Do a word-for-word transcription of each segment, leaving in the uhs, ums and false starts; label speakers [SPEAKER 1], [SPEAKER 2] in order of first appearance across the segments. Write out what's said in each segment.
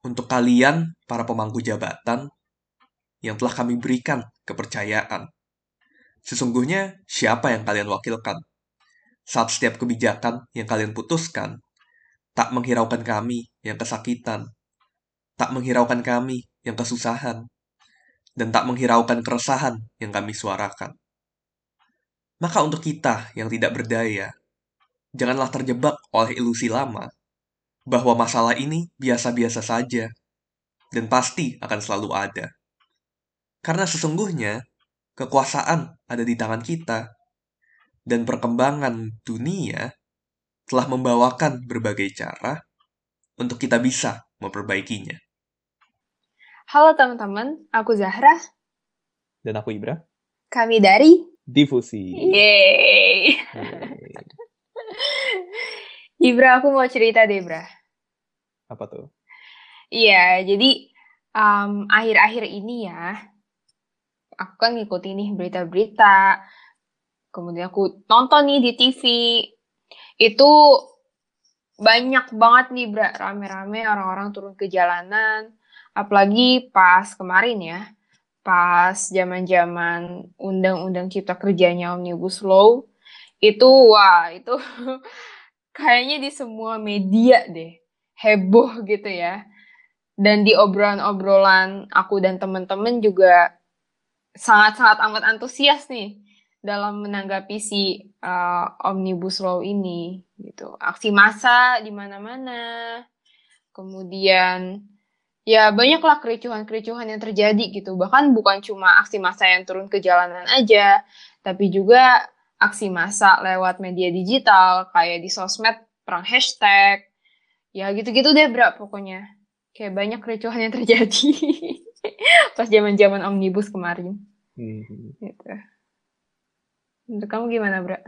[SPEAKER 1] untuk kalian, para pemangku jabatan, yang telah kami berikan kepercayaan. Sesungguhnya, siapa yang kalian wakilkan? Saat setiap kebijakan yang kalian putuskan, tak menghiraukan kami yang kesakitan, tak menghiraukan kami yang kesusahan, dan tak menghiraukan keresahan yang kami suarakan. Maka untuk kita yang tidak berdaya, janganlah terjebak oleh ilusi lama bahwa masalah ini biasa-biasa saja dan pasti akan selalu ada. Karena sesungguhnya kekuasaan ada di tangan kita dan perkembangan dunia telah membawakan berbagai cara untuk kita bisa memperbaikinya.
[SPEAKER 2] Halo teman-teman, aku Zahra.
[SPEAKER 3] Dan aku Ibra.
[SPEAKER 2] Kami dari
[SPEAKER 3] Difusi.
[SPEAKER 2] Yeay.
[SPEAKER 3] Yeay.
[SPEAKER 2] Ibra, aku mau cerita deh, Ibra.
[SPEAKER 3] Apa tuh?
[SPEAKER 2] Iya, jadi um, akhir-akhir ini ya, aku kan ngikutin nih berita-berita, kemudian aku nonton nih di T V, itu banyak banget nih, Bra, rame-rame orang-orang turun ke jalanan, apalagi pas kemarin ya, pas zaman-zaman undang-undang cipta kerjanya Omnibus Law, itu wah, itu kayaknya di semua media deh, heboh gitu ya. Dan di obrolan-obrolan aku dan teman-teman juga sangat-sangat amat antusias nih dalam menanggapi si uh, Omnibus Law ini gitu. Aksi massa di mana-mana. Kemudian ya banyaklah kericuhan-kericuhan yang terjadi gitu. Bahkan bukan cuma aksi massa yang turun ke jalanan aja, tapi juga aksi massa lewat media digital kayak di sosmed perang hashtag. Ya gitu-gitu deh, Bra, pokoknya. Kayak banyak kericuhan yang terjadi pas zaman-zaman Omnibus kemarin.
[SPEAKER 3] Hmm.
[SPEAKER 2] Gitu. Untuk kamu gimana, Bra?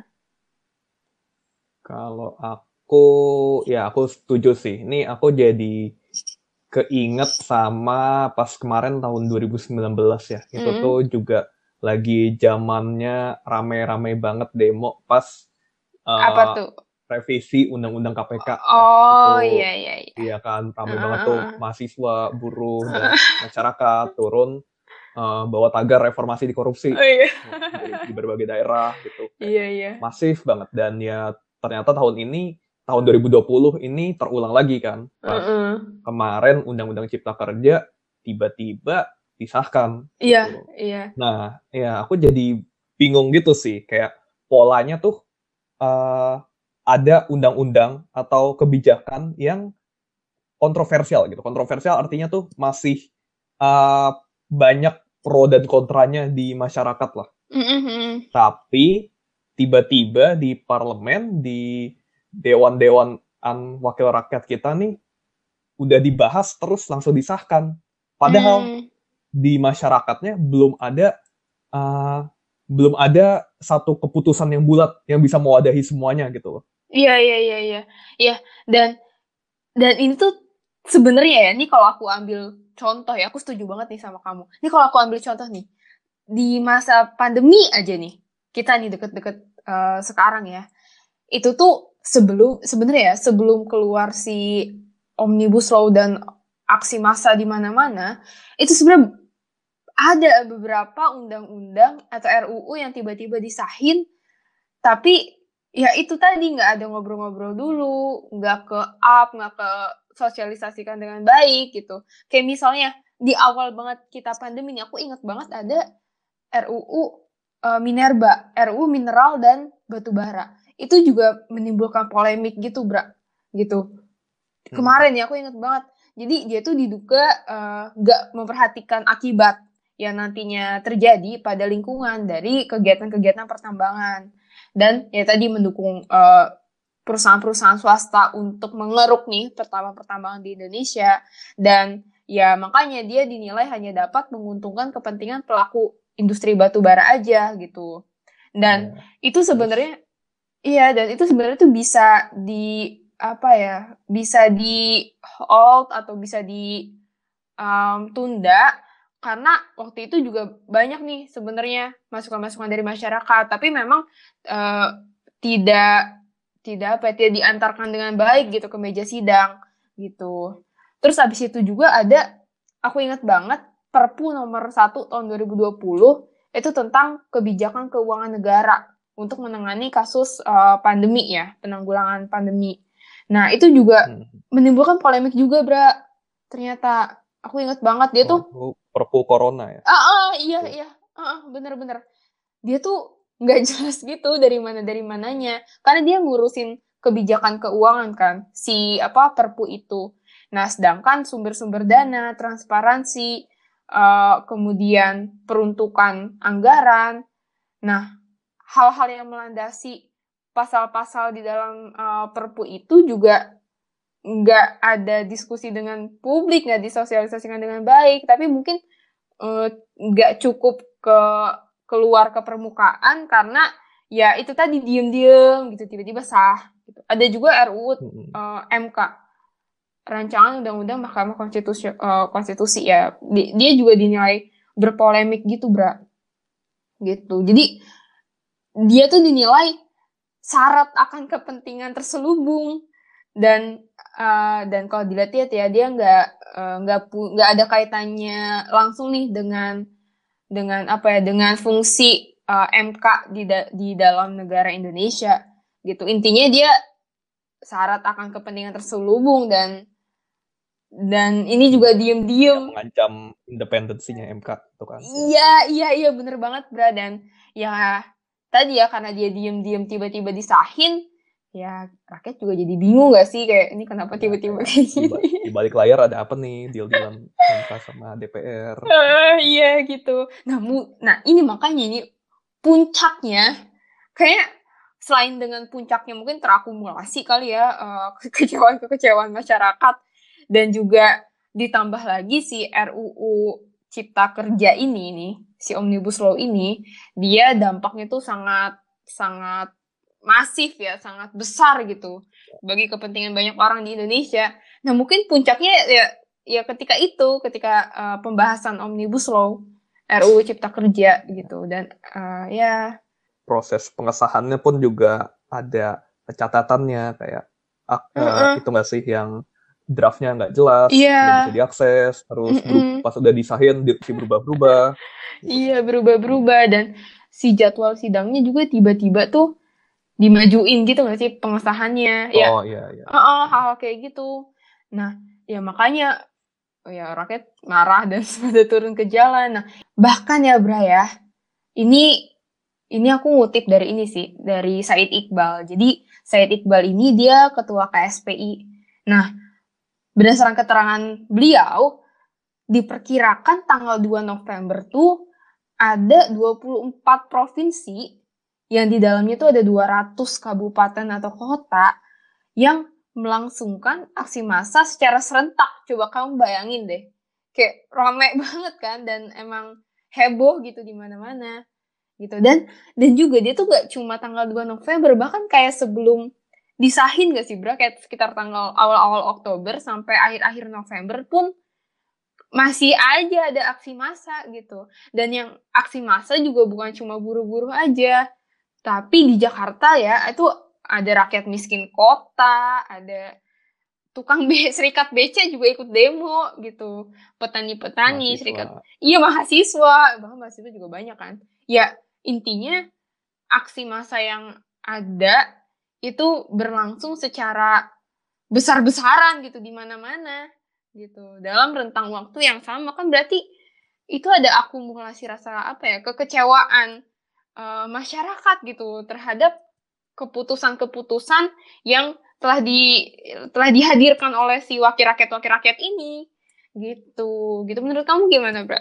[SPEAKER 3] Kalau aku, ya aku setuju sih. Ini aku jadi keinget sama pas kemarin tahun dua ribu sembilan belas ya. Itu
[SPEAKER 2] Mm.
[SPEAKER 3] tuh juga lagi zamannya rame-rame banget demo pas
[SPEAKER 2] Apa
[SPEAKER 3] uh,
[SPEAKER 2] tuh?
[SPEAKER 3] revisi Undang-Undang K P K.
[SPEAKER 2] Oh,
[SPEAKER 3] ya. Itu,
[SPEAKER 2] iya, iya, iya.
[SPEAKER 3] Iya kan, rame
[SPEAKER 2] Uh,
[SPEAKER 3] banget
[SPEAKER 2] uh,
[SPEAKER 3] tuh
[SPEAKER 2] uh.
[SPEAKER 3] mahasiswa, buruh, dan masyarakat turun uh, bawa tagar reformasi di korupsi.
[SPEAKER 2] Oh, iya.
[SPEAKER 3] di, di berbagai daerah gitu. Kayak
[SPEAKER 2] Iya, iya.
[SPEAKER 3] masif banget. Dan ya ternyata tahun ini, tahun dua ribu dua puluh ini terulang lagi kan. Pas
[SPEAKER 2] Uh, uh.
[SPEAKER 3] kemarin Undang-Undang Cipta Kerja tiba-tiba disahkan.
[SPEAKER 2] Iya,
[SPEAKER 3] Gitu.
[SPEAKER 2] iya.
[SPEAKER 3] Nah, ya aku jadi bingung gitu sih. Kayak polanya tuh uh, ada undang-undang atau kebijakan yang kontroversial gitu. Kontroversial artinya tuh masih uh, banyak pro dan kontranya di masyarakat lah.
[SPEAKER 2] Mm-hmm.
[SPEAKER 3] Tapi tiba-tiba di parlemen, di dewan-dewan wakil rakyat kita nih udah dibahas terus langsung disahkan. Padahal
[SPEAKER 2] Mm.
[SPEAKER 3] di masyarakatnya belum ada uh, belum ada satu keputusan yang bulat yang bisa mewadahi semuanya gitu loh.
[SPEAKER 2] Iya, iya, iya, iya. Iya, dan dan ini tuh sebenarnya ya, ini kalau aku ambil contoh ya, aku setuju banget nih sama kamu. Ini kalau aku ambil contoh nih, di masa pandemi aja nih, kita nih deket-deket uh, sekarang ya, itu tuh sebelum sebenarnya ya sebelum keluar si Omnibus Law dan aksi massa di mana-mana, itu sebenarnya ada beberapa undang-undang atau R U U yang tiba-tiba disahin, tapi ya itu tadi nggak ada ngobrol-ngobrol dulu, nggak ke up, nggak ke sosialisasikan dengan baik gitu. Kayak misalnya di awal banget kita pandemi ini, aku inget banget ada R U U uh, Minerba, R U U Mineral dan Batubara. Itu juga menimbulkan polemik gitu, Bra. Gitu. Kemarin ya, aku inget banget. Jadi dia tuh diduga uh, gak memperhatikan akibat yang nantinya terjadi pada lingkungan dari kegiatan-kegiatan pertambangan. Dan ya tadi mendukung uh, perusahaan-perusahaan swasta untuk mengeruk nih pertambangan-pertambangan di Indonesia. Dan ya makanya dia dinilai hanya dapat menguntungkan kepentingan pelaku industri batu bara aja gitu. Dan yeah. itu sebenarnya iya dan itu sebenarnya tuh bisa di apa ya? Bisa di hold atau bisa di um, tunda karena waktu itu juga banyak nih sebenarnya masukan-masukan dari masyarakat, tapi memang uh, tidak tidak apa ya, tidak diantarkan dengan baik gitu ke meja sidang gitu. Terus abis itu juga ada, aku ingat banget, Perpu nomor satu tahun dua ribu dua puluh itu tentang kebijakan keuangan negara untuk menangani kasus uh, pandemi ya, penanggulangan pandemi. Nah, itu juga
[SPEAKER 3] Hmm.
[SPEAKER 2] menimbulkan polemik juga, Bra. Ternyata aku ingat banget dia tuh
[SPEAKER 3] Oh, Perpu Corona ya.
[SPEAKER 2] ah, ah iya
[SPEAKER 3] Tuh.
[SPEAKER 2] iya, ah, ah, bener-bener. Dia tuh nggak jelas gitu dari mana dari mananya, karena dia ngurusin kebijakan keuangan kan, si apa Perpu itu. Nah, sedangkan sumber-sumber dana, transparansi, uh, kemudian peruntukan anggaran, nah hal-hal yang melandasi pasal-pasal di dalam uh, Perpu itu juga nggak ada diskusi dengan publik, nggak disosialisasikan dengan baik, tapi mungkin uh, nggak cukup ke keluar ke permukaan karena ya itu tadi diem-diem gitu tiba-tiba sah. Gitu. Ada juga R U U
[SPEAKER 3] Hmm.
[SPEAKER 2] uh, M K, rancangan undang-undang Mahkamah Konstitusi, uh, Konstitusi ya, Di, dia juga dinilai berpolemik gitu, Bra. Gitu. Jadi dia tuh dinilai syarat akan kepentingan terselubung dan uh, dan kalau dilihat-lihat ya dia nggak uh, nggak pu- nggak ada kaitannya langsung nih dengan dengan apa ya dengan fungsi uh, M K di da- di dalam negara Indonesia gitu. Intinya dia syarat akan kepentingan terselubung dan dan ini juga
[SPEAKER 3] Yang
[SPEAKER 2] diem-diem.
[SPEAKER 3] mengancam independensinya M K itu kan.
[SPEAKER 2] Iya, iya, iya, bener banget, Bra. Dan ya tadi ya karena dia diem-diem tiba-tiba disahin, ya rakyat juga jadi bingung gak sih kayak ini kenapa
[SPEAKER 3] Ya,
[SPEAKER 2] tiba-tiba
[SPEAKER 3] kayak
[SPEAKER 2] kayak
[SPEAKER 3] di, ba-
[SPEAKER 2] gini.
[SPEAKER 3] di balik layar ada apa nih deal-dealan M K sama D P R.
[SPEAKER 2] Ah, iya gitu. Nah, mu- nah ini makanya ini puncaknya kayak selain dengan puncaknya mungkin terakumulasi kali ya uh, kekecewaan-kekecewaan masyarakat dan juga ditambah lagi si R U U Cipta Kerja ini nih, si Omnibus Law ini, dia dampaknya tuh sangat sangat masif ya, sangat besar gitu bagi kepentingan banyak orang di Indonesia. Nah, mungkin puncaknya ya ya ketika itu, ketika uh, pembahasan Omnibus Law R U U Cipta Kerja gitu dan uh, ya
[SPEAKER 3] Proses pengesahannya pun juga ada catatannya kayak ah, eh,
[SPEAKER 2] uh-uh.
[SPEAKER 3] itu nggak sih yang draftnya nggak jelas,
[SPEAKER 2] Iya.
[SPEAKER 3] nggak bisa diakses, terus beru-
[SPEAKER 2] Mm-mm.
[SPEAKER 3] pas udah disahin di si berubah-berubah. Gitu.
[SPEAKER 2] Iya, berubah-berubah dan si jadwal sidangnya juga tiba-tiba tuh dimajuin gitu nggak sih pengesahannya? Ya,
[SPEAKER 3] Oh iya iya.
[SPEAKER 2] uh-uh, hal-hal kayak gitu. Nah, ya makanya ya rakyat marah dan pada turun ke jalan. Nah, bahkan ya Bra ya, ini ini aku ngutip dari ini sih, dari Said Iqbal. Jadi Said Iqbal ini dia ketua K S P I. Nah, berdasarkan keterangan beliau, diperkirakan tanggal dua November tuh ada dua puluh empat provinsi yang di dalamnya tuh ada dua ratus kabupaten atau kota yang melangsungkan aksi massa secara serentak. Coba kamu bayangin deh. Kayak rame banget kan dan emang heboh gitu di mana-mana gitu. Dan dan juga dia tuh gak cuma tanggal dua November, bahkan kayak sebelum disahin gak sih Bra, kayak sekitar tanggal awal-awal Oktober sampai akhir-akhir November pun masih aja ada aksi massa gitu. Dan yang aksi massa juga bukan cuma buruh-buruh aja, tapi di Jakarta ya itu ada rakyat miskin kota, ada tukang B, serikat B C juga ikut demo gitu, petani-petani, serikat,
[SPEAKER 3] Mahasiswa.
[SPEAKER 2] iya mahasiswa, bahkan mahasiswa juga banyak kan. Ya intinya aksi massa yang ada itu berlangsung secara besar-besaran gitu di mana-mana gitu dalam rentang waktu yang sama, kan berarti itu ada akumulasi rasa apa ya kekecewaan uh, masyarakat gitu terhadap keputusan-keputusan yang telah di telah dihadirkan oleh si wakil rakyat wakil rakyat ini gitu gitu. Menurut kamu gimana, Bra?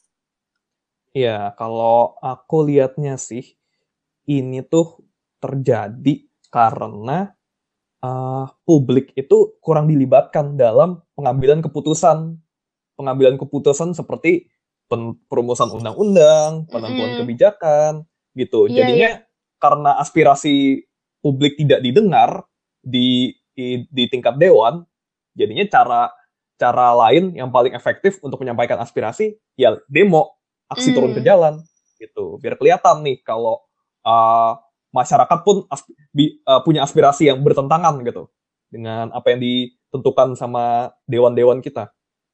[SPEAKER 3] Iya, kalau aku lihatnya sih ini tuh terjadi karena uh, publik itu kurang dilibatkan dalam pengambilan keputusan pengambilan keputusan seperti pen- perumusan undang-undang, penentuan
[SPEAKER 2] Mm-mm.
[SPEAKER 3] kebijakan, gitu.
[SPEAKER 2] Iya,
[SPEAKER 3] Jadinya
[SPEAKER 2] iya.
[SPEAKER 3] karena aspirasi publik tidak didengar di di, di tingkat dewan, jadinya cara cara lain yang paling efektif untuk menyampaikan aspirasi ya demo, aksi
[SPEAKER 2] Mm.
[SPEAKER 3] turun ke jalan, gitu. Biar kelihatan nih kalau uh, masyarakat pun asp- bi- uh, punya aspirasi yang bertentangan gitu dengan apa yang di ditentukan sama dewan-dewan kita.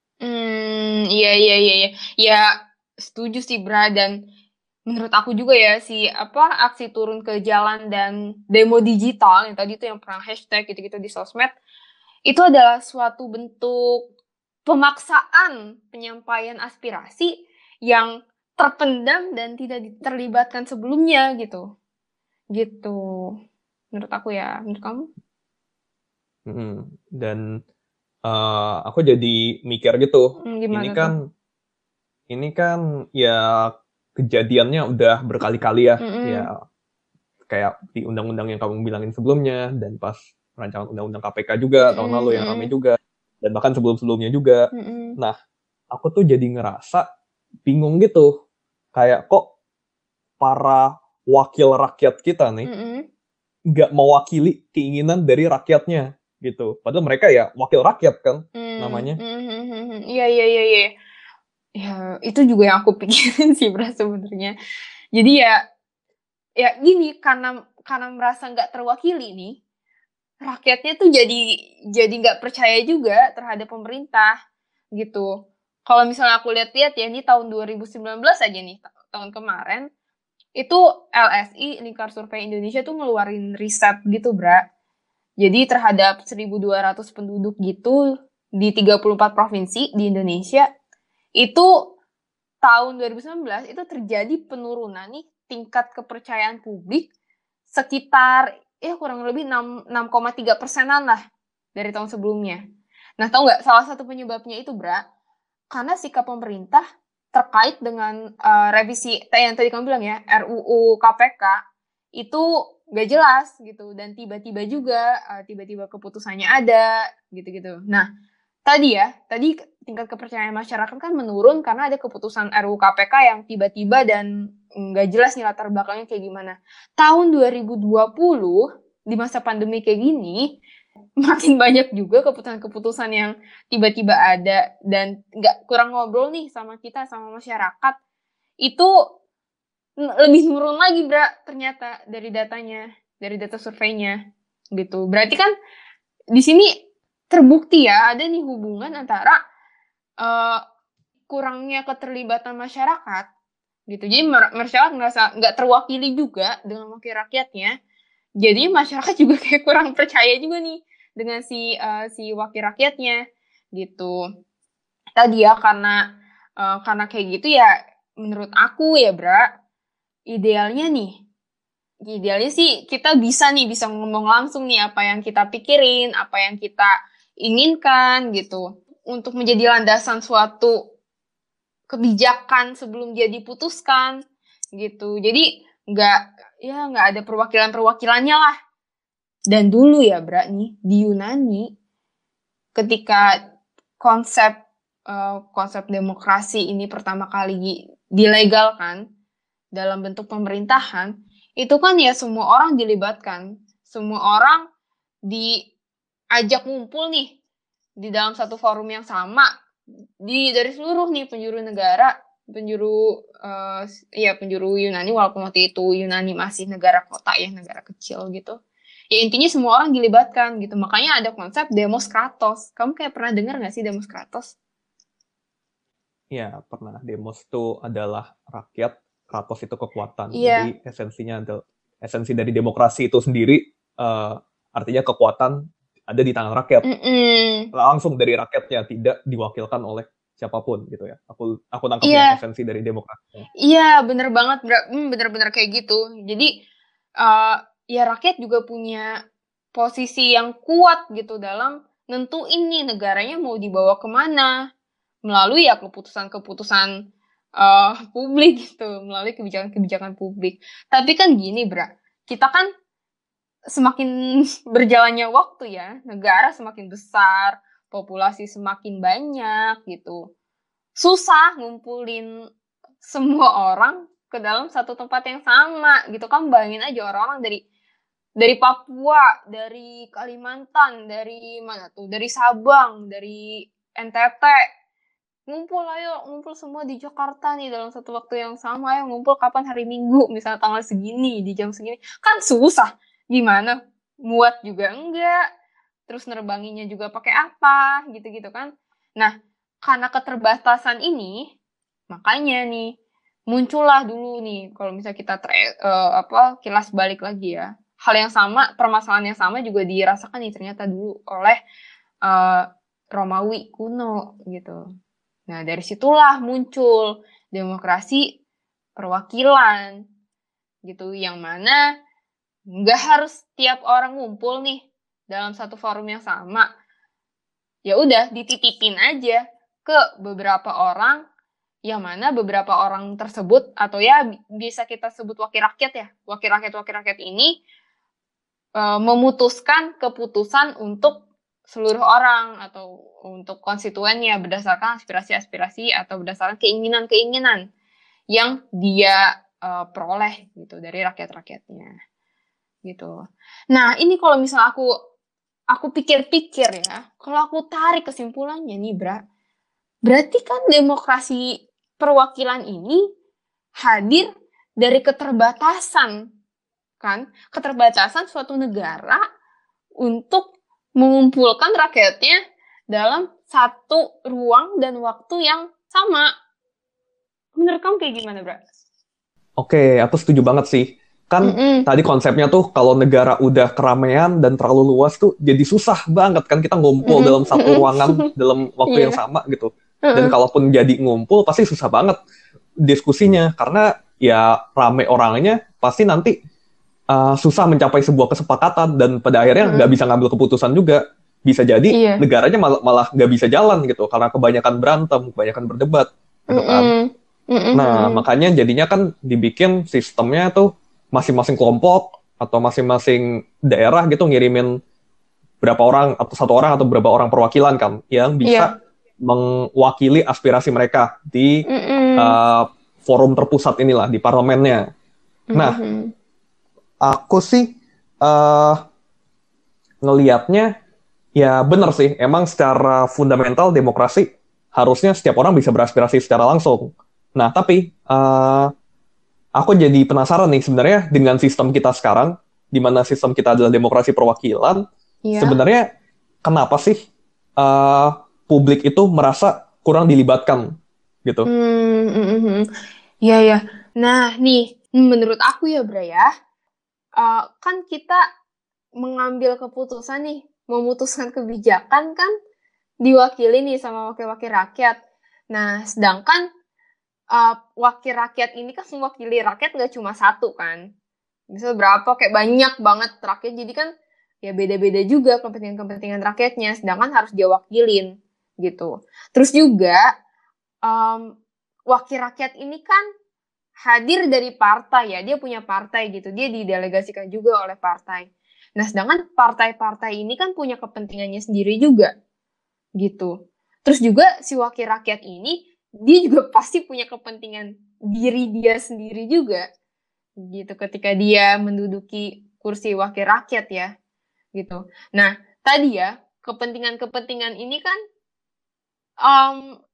[SPEAKER 2] Hmm, iya iya iya iya. Ya setuju sih Bra, dan menurut aku juga ya si apa aksi turun ke jalan dan demo digital yang tadi tuh yang perang hashtag gitu-gitu di sosmed itu adalah suatu bentuk pemaksaan penyampaian aspirasi yang terpendam dan tidak terlibatkan sebelumnya gitu. Gitu. Menurut aku ya, menurut kamu?
[SPEAKER 3] Mm-mm. Dan uh, aku jadi mikir gitu,
[SPEAKER 2] Hmm,
[SPEAKER 3] ini
[SPEAKER 2] gimana tuh?
[SPEAKER 3] kan ini kan ya kejadiannya udah berkali-kali ya,
[SPEAKER 2] Mm-mm.
[SPEAKER 3] ya kayak di undang-undang yang kamu bilangin sebelumnya, dan pas rancangan undang-undang K P K juga tahun lalu yang ramai
[SPEAKER 2] Mm-mm.
[SPEAKER 3] juga, dan bahkan sebelum-sebelumnya juga.
[SPEAKER 2] Mm-mm.
[SPEAKER 3] Nah, aku tuh jadi ngerasa bingung gitu, kayak kok para wakil rakyat kita nih
[SPEAKER 2] Mm-mm.
[SPEAKER 3] nggak mewakili keinginan dari rakyatnya gitu. Padahal mereka ya wakil rakyat kan
[SPEAKER 2] Mm,
[SPEAKER 3] namanya.
[SPEAKER 2] mm, mm, mm, mm. Iya iya iya iya. Ya itu juga yang aku pikirin sih Bra sebenarnya. Jadi ya ya gini, karena karena merasa nggak terwakili nih, rakyatnya tuh jadi jadi nggak percaya juga terhadap pemerintah gitu. Kalau misalnya aku lihat-lihat ya, ini tahun dua ribu sembilan belas aja nih, ta- tahun kemarin, itu L S I, Lingkar Survei Indonesia tuh ngeluarin riset gitu, Bra. Jadi terhadap seribu dua ratus penduduk gitu di tiga puluh empat provinsi di Indonesia, itu tahun dua ribu sembilan belas itu terjadi penurunan nih tingkat kepercayaan publik sekitar ya kurang lebih enam koma tiga persenan lah dari tahun sebelumnya. Nah, tahu nggak salah satu penyebabnya itu, Bra? Karena sikap pemerintah terkait dengan uh, revisi yang tadi kamu bilang ya, R U U K P K itu nggak jelas gitu, dan tiba-tiba juga uh, tiba-tiba keputusannya ada gitu-gitu. Nah, tadi ya, tadi tingkat kepercayaan masyarakat kan menurun karena ada keputusan R U U K P K yang tiba-tiba dan nggak jelas nih latar belakangnya kayak gimana. Tahun dua ribu dua puluh, di masa pandemi kayak gini, makin banyak juga keputusan-keputusan yang tiba-tiba ada dan nggak kurang ngobrol nih sama kita, sama masyarakat. Itu lebih menurun lagi, Bra, ternyata dari datanya, dari data surveinya. Gitu. Berarti kan di sini terbukti ya ada nih hubungan antara uh, kurangnya keterlibatan masyarakat gitu. Jadi masyarakat merasa nggak terwakili juga dengan wakil rakyatnya. Jadi masyarakat juga kayak kurang percaya juga nih dengan si uh, si wakil rakyatnya gitu. Tadi ya karena uh, karena kayak gitu ya, menurut aku ya Bra, idealnya nih idealnya sih kita bisa nih bisa ngomong langsung nih apa yang kita pikirin, apa yang kita inginkan gitu untuk menjadi landasan suatu kebijakan sebelum dia diputuskan gitu. Jadi nggak ya nggak ada perwakilan-perwakilannya lah. Dan dulu ya Bra nih di Yunani ketika konsep uh, konsep demokrasi ini pertama kali dilegalkan dalam bentuk pemerintahan, itu kan ya semua orang dilibatkan, semua orang diajak ngumpul nih di dalam satu forum yang sama di dari seluruh nih penjuru negara, penjuru uh, ya penjuru Yunani, walaupun waktu itu Yunani masih negara kota ya, negara kecil gitu. Ya intinya semua orang dilibatkan gitu. Makanya ada konsep Demos Kratos. Kamu kayak pernah dengar nggak sih Demos Kratos?
[SPEAKER 3] Ya, pernah. Demos itu adalah rakyat, Kratos itu kekuatan.
[SPEAKER 2] Iya.
[SPEAKER 3] Jadi esensinya adalah esensi dari demokrasi itu sendiri uh, artinya kekuatan ada di tangan rakyat.
[SPEAKER 2] Mm-mm.
[SPEAKER 3] Langsung dari rakyatnya, tidak diwakilkan oleh siapapun gitu ya. Aku aku tangkapnya
[SPEAKER 2] Iya.
[SPEAKER 3] esensi dari demokrasi.
[SPEAKER 2] Iya, bener banget, hmm, bener-bener kayak gitu. Jadi uh, ya rakyat juga punya posisi yang kuat gitu dalam nentuin nih negaranya mau dibawa kemana melalui ya keputusan-keputusan uh, publik gitu, melalui kebijakan-kebijakan publik. Tapi kan gini, Bra, kita kan semakin berjalannya waktu ya, negara semakin besar, populasi semakin banyak gitu. Susah ngumpulin semua orang ke dalam satu tempat yang sama gitu kan. Bayangin aja orang-orang dari dari Papua, dari Kalimantan, dari mana tuh, dari Sabang, dari N T T, ngumpul ayo, ngumpul semua di Jakarta nih dalam satu waktu yang sama. Ayo ngumpul kapan, hari Minggu misalnya tanggal segini di jam segini, kan susah. Gimana, muat juga enggak, terus nerbanginya juga pakai apa, gitu-gitu kan. Nah, karena keterbatasan ini, makanya nih, muncullah dulu nih, kalau misalnya kita tre- eh, apa kilas balik lagi ya, hal yang sama, permasalahan yang sama juga dirasakan nih ternyata dulu oleh eh, Romawi kuno gitu. Nah, dari situlah muncul demokrasi perwakilan gitu, yang mana nggak harus tiap orang ngumpul nih dalam satu forum yang sama. Ya udah dititipin aja ke beberapa orang, yang mana beberapa orang tersebut, atau ya bisa kita sebut wakil rakyat ya, wakil rakyat wakil rakyat ini e, memutuskan keputusan untuk seluruh orang atau untuk konstituennya berdasarkan aspirasi-aspirasi atau berdasarkan keinginan-keinginan yang dia uh, peroleh gitu dari rakyat-rakyatnya gitu. Nah, ini kalau misalnya aku aku pikir-pikir ya, kalau aku tarik kesimpulannya nih, Bra, berarti kan demokrasi perwakilan ini hadir dari keterbatasan, kan? Keterbatasan suatu negara untuk mengumpulkan rakyatnya dalam satu ruang dan waktu yang sama. Menurut kamu kayak gimana, Bra?
[SPEAKER 3] Oke, aku setuju banget sih. Kan
[SPEAKER 2] Mm-mm.
[SPEAKER 3] tadi konsepnya tuh kalau negara udah keramaian dan terlalu luas tuh jadi susah banget kan kita ngumpul
[SPEAKER 2] Mm-mm.
[SPEAKER 3] dalam satu
[SPEAKER 2] Mm-mm.
[SPEAKER 3] ruangan dalam waktu
[SPEAKER 2] Iya.
[SPEAKER 3] yang sama gitu. Dan
[SPEAKER 2] Mm-mm.
[SPEAKER 3] kalaupun jadi ngumpul pasti susah banget diskusinya karena ya rame orangnya pasti nanti uh, susah mencapai sebuah kesepakatan dan pada akhirnya nggak
[SPEAKER 2] Mm-mm.
[SPEAKER 3] bisa ngambil keputusan juga. Bisa jadi
[SPEAKER 2] Iya.
[SPEAKER 3] negaranya malah malah nggak bisa jalan gitu karena kebanyakan berantem, kebanyakan berdebat gitu kan.
[SPEAKER 2] Mm-mm. Mm-mm.
[SPEAKER 3] Nah,
[SPEAKER 2] Mm-mm.
[SPEAKER 3] makanya jadinya kan dibikin sistemnya tuh masing-masing kelompok atau masing-masing daerah gitu ngirimin berapa orang atau satu orang atau berapa orang perwakilan kan yang bisa
[SPEAKER 2] Iya.
[SPEAKER 3] mewakili aspirasi mereka di
[SPEAKER 2] Mm-mm.
[SPEAKER 3] uh, forum terpusat inilah di parlemennya. Nah,
[SPEAKER 2] Mm-mm.
[SPEAKER 3] aku sih uh, ngelihatnya ya benar sih, emang secara fundamental demokrasi harusnya setiap orang bisa beraspirasi secara langsung. Nah, tapi uh, aku jadi penasaran nih sebenarnya dengan sistem kita sekarang, di mana sistem kita adalah demokrasi perwakilan,
[SPEAKER 2] Iya.
[SPEAKER 3] sebenarnya kenapa sih uh, publik itu merasa kurang dilibatkan gitu?
[SPEAKER 2] Hmm, mm, mm, mm. Iya, ya. Nah, nih, menurut aku ya, Bra ya, uh, kan kita mengambil keputusan nih, memutuskan kebijakan kan diwakili nih sama wakil-wakil rakyat. Nah, sedangkan uh, wakil rakyat ini kan mewakili rakyat nggak cuma satu kan. Misal berapa, kayak banyak banget rakyat, jadi kan ya beda-beda juga kepentingan-kepentingan rakyatnya, sedangkan harus dia wakilin gitu. Terus juga um, wakil rakyat ini kan hadir dari partai ya, dia punya partai gitu, dia didelegasikan juga oleh partai. Nah, sedangkan partai-partai ini kan punya kepentingannya sendiri juga gitu. Terus juga si wakil rakyat ini, dia juga pasti punya kepentingan diri dia sendiri juga gitu ketika dia menduduki kursi wakil rakyat ya gitu. Nah, tadi ya, kepentingan-kepentingan ini kan um,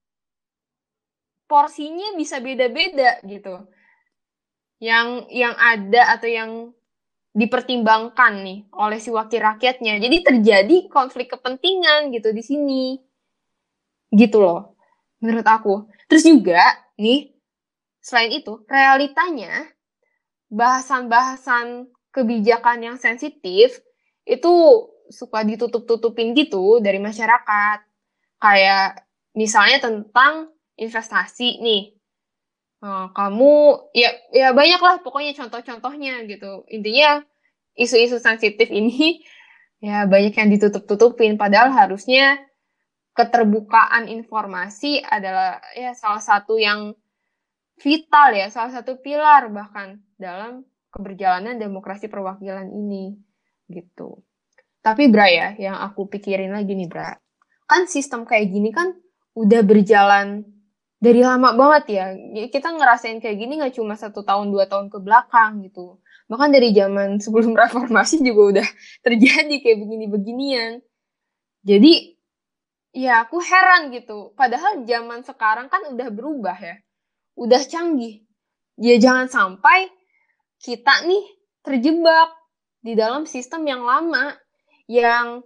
[SPEAKER 2] porsinya bisa beda-beda gitu. Yang yang ada atau yang dipertimbangkan nih oleh si wakil rakyatnya. Jadi terjadi konflik kepentingan gitu di sini. Gitu loh, menurut aku. Terus juga nih, selain itu, realitanya bahasan-bahasan kebijakan yang sensitif itu suka ditutup-tutupin gitu dari masyarakat. Kayak misalnya tentang investasi nih. Nah, kamu ya ya banyak lah pokoknya contoh-contohnya gitu. Intinya isu-isu sensitif ini ya banyak yang ditutup-tutupin, padahal harusnya keterbukaan informasi adalah ya salah satu yang vital ya, salah satu pilar bahkan dalam keberjalanan demokrasi perwakilan ini gitu. Tapi Bra ya, yang aku pikirin lagi nih Bra, kan sistem kayak gini kan udah berjalan dari lama banget ya. Kita ngerasain kayak gini gak cuma satu tahun, dua tahun ke belakang gitu. Bahkan dari zaman sebelum reformasi juga udah terjadi kayak begini-beginian. Jadi, ya aku heran gitu. Padahal zaman sekarang kan udah berubah ya. Udah canggih. Ya jangan sampai kita nih terjebak di dalam sistem yang lama. Yang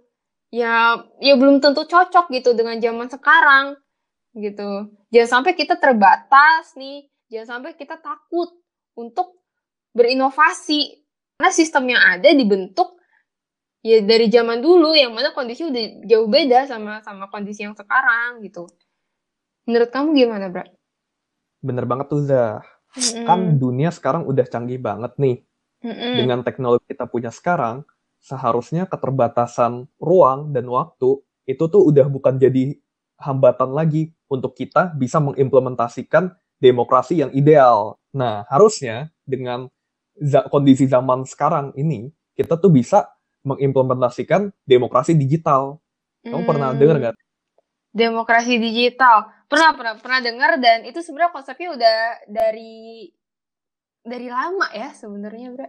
[SPEAKER 2] ya ya belum tentu cocok gitu dengan zaman sekarang gitu. Jangan sampai kita terbatas nih, jangan sampai kita takut untuk berinovasi karena sistem yang ada dibentuk ya dari zaman dulu yang mana kondisi udah jauh beda sama sama kondisi yang sekarang gitu. Menurut kamu gimana, Bra?
[SPEAKER 3] Bener banget tuh, Zah.
[SPEAKER 2] Mm-mm.
[SPEAKER 3] Kan dunia sekarang udah canggih banget nih.
[SPEAKER 2] Mm-mm.
[SPEAKER 3] Dengan teknologi kita punya sekarang, seharusnya keterbatasan ruang dan waktu itu tuh udah bukan jadi hambatan lagi untuk kita bisa mengimplementasikan demokrasi yang ideal. Nah, harusnya dengan za- kondisi zaman sekarang ini, kita tuh bisa mengimplementasikan demokrasi digital. Kamu pernah dengar
[SPEAKER 2] Hmm,
[SPEAKER 3] nggak?
[SPEAKER 2] demokrasi digital. Pernah, pernah, pernah dengar dan itu sebenarnya konsepnya udah dari dari lama ya sebenarnya, Bra.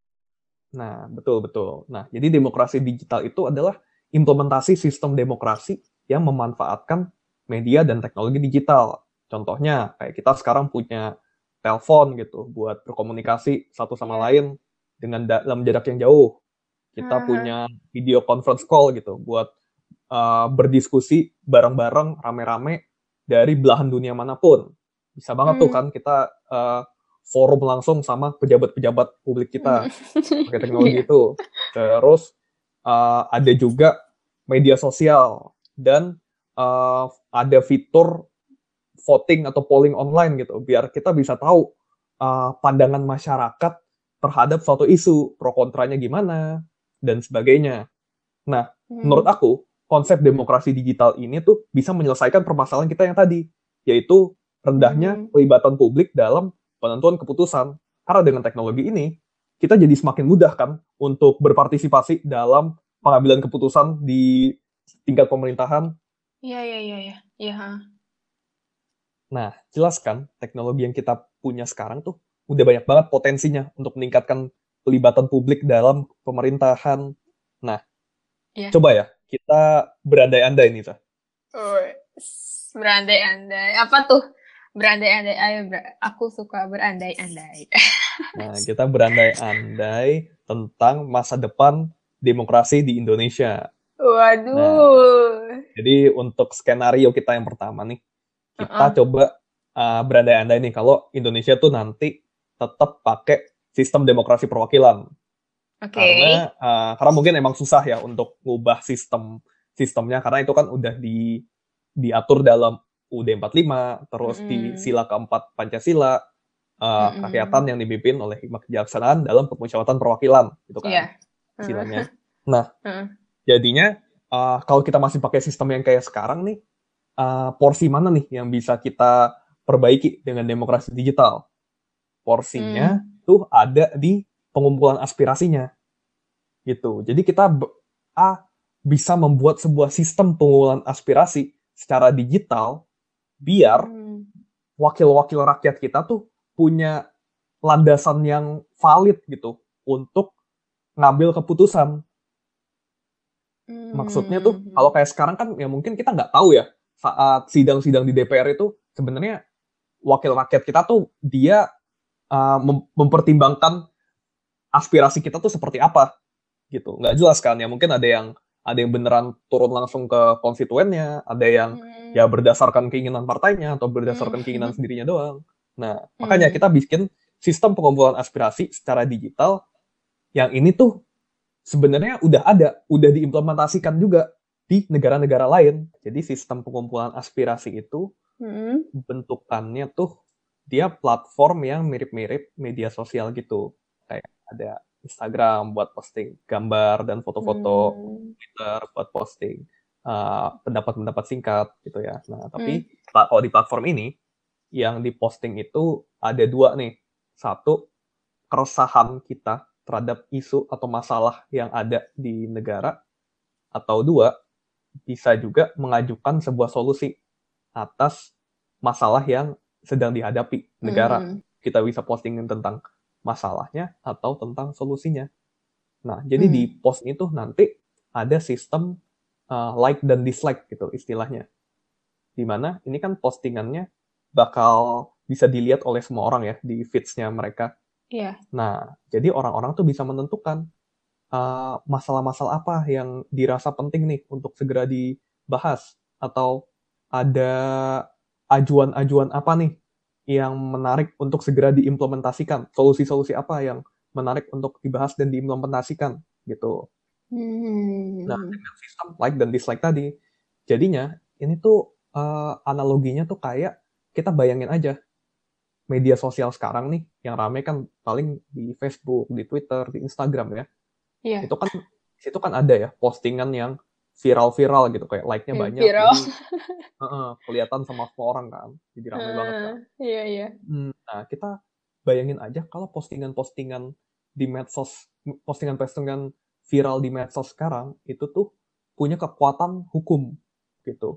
[SPEAKER 3] Nah, betul-betul. Nah, jadi demokrasi digital itu adalah implementasi sistem demokrasi yang memanfaatkan media dan teknologi digital. Contohnya, kayak kita sekarang punya telepon gitu, buat berkomunikasi satu sama
[SPEAKER 2] Iya.
[SPEAKER 3] lain dengan dalam jarak yang jauh. Kita
[SPEAKER 2] Aha.
[SPEAKER 3] punya video conference call gitu, buat uh, berdiskusi bareng-bareng, rame-rame, dari belahan dunia manapun. Bisa banget tuh
[SPEAKER 2] Hmm.
[SPEAKER 3] kan kita uh, forum langsung sama pejabat-pejabat publik kita pakai teknologi
[SPEAKER 2] Iya.
[SPEAKER 3] itu. Terus uh, ada juga media sosial dan uh, ada fitur voting atau polling online gitu, biar kita bisa tahu uh, pandangan masyarakat terhadap suatu isu, pro kontranya gimana dan sebagainya. Nah, menurut
[SPEAKER 2] Hmm.
[SPEAKER 3] aku konsep demokrasi digital ini tuh bisa menyelesaikan permasalahan kita yang tadi, yaitu rendahnya
[SPEAKER 2] Hmm.
[SPEAKER 3] pelibatan publik dalam penentuan keputusan. Karena dengan teknologi ini, kita jadi semakin mudah kan untuk berpartisipasi dalam pengambilan keputusan di tingkat pemerintahan.
[SPEAKER 2] Iya, iya, iya, iya. Iya, ha.
[SPEAKER 3] Nah, jelas kan teknologi yang kita punya sekarang tuh udah banyak banget potensinya untuk meningkatkan pelibatan publik dalam pemerintahan. Nah,
[SPEAKER 2] Iya.
[SPEAKER 3] coba ya kita berandai-andai nih, Sa.
[SPEAKER 2] Oh, berandai-andai. Apa tuh? Berandai-andai. Ayo, Bra. Aku suka berandai-andai.
[SPEAKER 3] Nah, kita berandai-andai tentang masa depan demokrasi di Indonesia.
[SPEAKER 2] Waduh.
[SPEAKER 3] Nah, jadi untuk skenario kita yang pertama nih, kita
[SPEAKER 2] Uh-uh.
[SPEAKER 3] coba uh, berandai-andai nih kalau Indonesia tuh nanti tetap pakai sistem demokrasi perwakilan.
[SPEAKER 2] Oke.
[SPEAKER 3] Karena uh, karena mungkin emang susah ya untuk ngubah sistem sistemnya karena itu kan udah di diatur dalam U U D empat puluh lima, terus di
[SPEAKER 2] Mm-mm.
[SPEAKER 3] sila keempat Pancasila, uh,
[SPEAKER 2] Mm-mm.
[SPEAKER 3] kerakyatan yang dipimpin oleh hikmat kejaksanaan dalam permusyawaratan perwakilan, gitu kan
[SPEAKER 2] Iya.
[SPEAKER 3] silanya. Nah,
[SPEAKER 2] Uh-uh.
[SPEAKER 3] jadinya uh, kalau kita masih pakai sistem yang kayak sekarang nih, uh, porsi mana nih yang bisa kita perbaiki dengan demokrasi digital? Porsinya
[SPEAKER 2] Hmm.
[SPEAKER 3] tuh ada di pengumpulan aspirasinya, gitu. Jadi kita b- ah, bisa membuat sebuah sistem pengumpulan aspirasi secara digital biar
[SPEAKER 2] Hmm.
[SPEAKER 3] wakil-wakil rakyat kita tuh punya landasan yang valid gitu untuk ngambil keputusan. Maksudnya tuh
[SPEAKER 2] Hmm.
[SPEAKER 3] kalau kayak sekarang kan ya mungkin kita nggak tahu ya saat sidang-sidang di D P R itu sebenarnya wakil rakyat kita tuh dia uh, mem- mempertimbangkan aspirasi kita tuh seperti apa gitu. Nggak jelas kan ya, mungkin ada yang ada yang beneran turun langsung ke konstituennya, ada yang
[SPEAKER 2] Hmm.
[SPEAKER 3] ya berdasarkan keinginan partainya atau berdasarkan
[SPEAKER 2] Hmm.
[SPEAKER 3] keinginan sendirinya doang. Nah,
[SPEAKER 2] Hmm.
[SPEAKER 3] makanya kita bikin sistem pengumpulan aspirasi secara digital yang ini tuh sebenarnya udah ada, udah diimplementasikan juga di negara-negara lain. Jadi sistem pengumpulan aspirasi itu
[SPEAKER 2] Hmm.
[SPEAKER 3] bentukannya tuh dia platform yang mirip-mirip media sosial gitu. Kayak ada Instagram buat posting gambar dan foto-foto,
[SPEAKER 2] Hmm.
[SPEAKER 3] Twitter buat posting uh, pendapat-pendapat singkat gitu ya. Nah,
[SPEAKER 2] Hmm.
[SPEAKER 3] tapi pla- kalau di platform ini yang diposting itu ada dua nih. Satu, keresahan kita terhadap isu atau masalah yang ada di negara, atau dua, bisa juga mengajukan sebuah solusi atas masalah yang sedang dihadapi negara.
[SPEAKER 2] Hmm.
[SPEAKER 3] Kita bisa postingin tentang masalahnya atau tentang solusinya. Nah, jadi
[SPEAKER 2] Hmm.
[SPEAKER 3] di post itu nanti ada sistem uh, like dan dislike gitu istilahnya. Dimana ini kan postingannya bakal bisa dilihat oleh semua orang ya di feeds-nya mereka.
[SPEAKER 2] Iya.
[SPEAKER 3] Nah, jadi orang-orang tuh bisa menentukan uh, masalah-masalah apa yang dirasa penting nih untuk segera dibahas, atau ada ajuan-ajuan apa nih yang menarik untuk segera diimplementasikan, solusi-solusi apa yang menarik untuk dibahas dan diimplementasikan gitu. Nah,
[SPEAKER 2] Hmm.
[SPEAKER 3] dengan sistem like dan dislike tadi, jadinya ini tuh uh, analoginya tuh kayak kita bayangin aja media sosial sekarang nih yang rame kan paling di Facebook, di Twitter, di Instagram ya.
[SPEAKER 2] Iya,
[SPEAKER 3] Itu kan situ kan ada ya postingan yang viral-viral gitu, kayak like-nya
[SPEAKER 2] yang
[SPEAKER 3] banyak,
[SPEAKER 2] viral.
[SPEAKER 3] jadi heeh, kelihatan sama semua orang kan, jadi rame banget kan.
[SPEAKER 2] Ah, iya, iya.
[SPEAKER 3] Hmm, Nah, kita bayangin aja kalau postingan-postingan di medsos, postingan-postingan viral di medsos sekarang itu tuh punya kekuatan hukum gitu.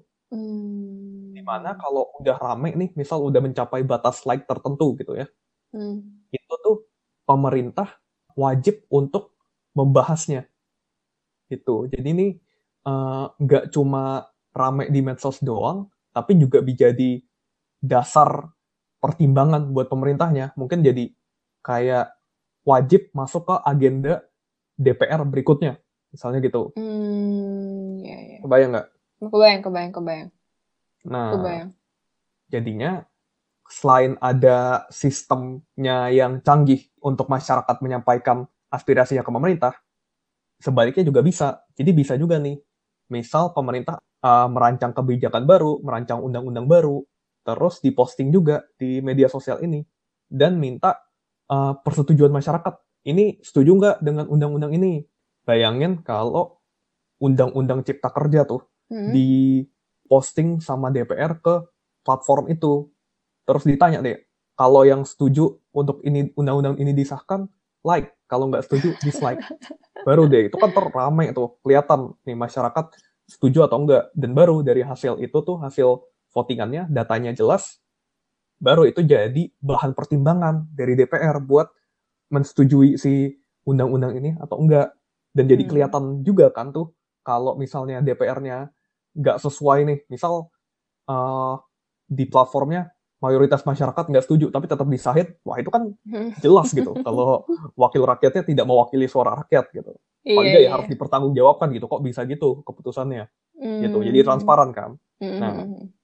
[SPEAKER 3] Dimana
[SPEAKER 2] Hmm.
[SPEAKER 3] kalau udah rame nih, misal udah mencapai batas like tertentu gitu ya,
[SPEAKER 2] Hmm.
[SPEAKER 3] itu tuh pemerintah wajib untuk membahasnya gitu. Jadi ini eh, nggak cuma rame di medsos doang, tapi juga jadi dasar pertimbangan buat pemerintahnya. Mungkin jadi kayak wajib masuk ke agenda D P R berikutnya, misalnya gitu.
[SPEAKER 2] Hmm. Iya, iya.
[SPEAKER 3] Kebayang nggak?
[SPEAKER 2] Kebayang, kebayang, kebayang.
[SPEAKER 3] Nah,
[SPEAKER 2] Kebayang.
[SPEAKER 3] jadinya selain ada sistemnya yang canggih untuk masyarakat menyampaikan aspirasinya ke pemerintah, sebaliknya juga bisa. Jadi bisa juga nih, misal pemerintah uh, merancang kebijakan baru, merancang undang-undang baru, terus diposting juga di media sosial ini, dan minta uh, persetujuan masyarakat. Ini setuju nggak dengan undang-undang ini? Bayangin kalau undang-undang cipta kerja tuh
[SPEAKER 2] Hmm.
[SPEAKER 3] diposting sama D P R ke platform itu. Terus ditanya deh, kalau yang setuju untuk ini undang-undang ini disahkan, like. Kalau nggak setuju, dislike. Baru deh, itu kan terramai tuh, kelihatan nih masyarakat setuju atau enggak. Dan baru dari hasil itu tuh, hasil votingannya, datanya jelas, baru itu jadi bahan pertimbangan dari D P R buat mensetujui si undang-undang ini atau enggak. Dan jadi
[SPEAKER 2] Hmm.
[SPEAKER 3] kelihatan juga kan tuh, kalau misalnya D P R-nya nggak sesuai nih, misal uh, di platformnya mayoritas masyarakat nggak setuju, tapi tetap disahid, wah itu kan jelas gitu, kalau wakil rakyatnya tidak mewakili suara rakyat gitu. Paling
[SPEAKER 2] Iya,
[SPEAKER 3] nggak ya
[SPEAKER 2] iya.
[SPEAKER 3] harus dipertanggungjawabkan gitu, kok bisa gitu keputusannya, gitu. Jadi
[SPEAKER 2] Hmm.
[SPEAKER 3] transparan kan.
[SPEAKER 2] Hmm.
[SPEAKER 3] Nah,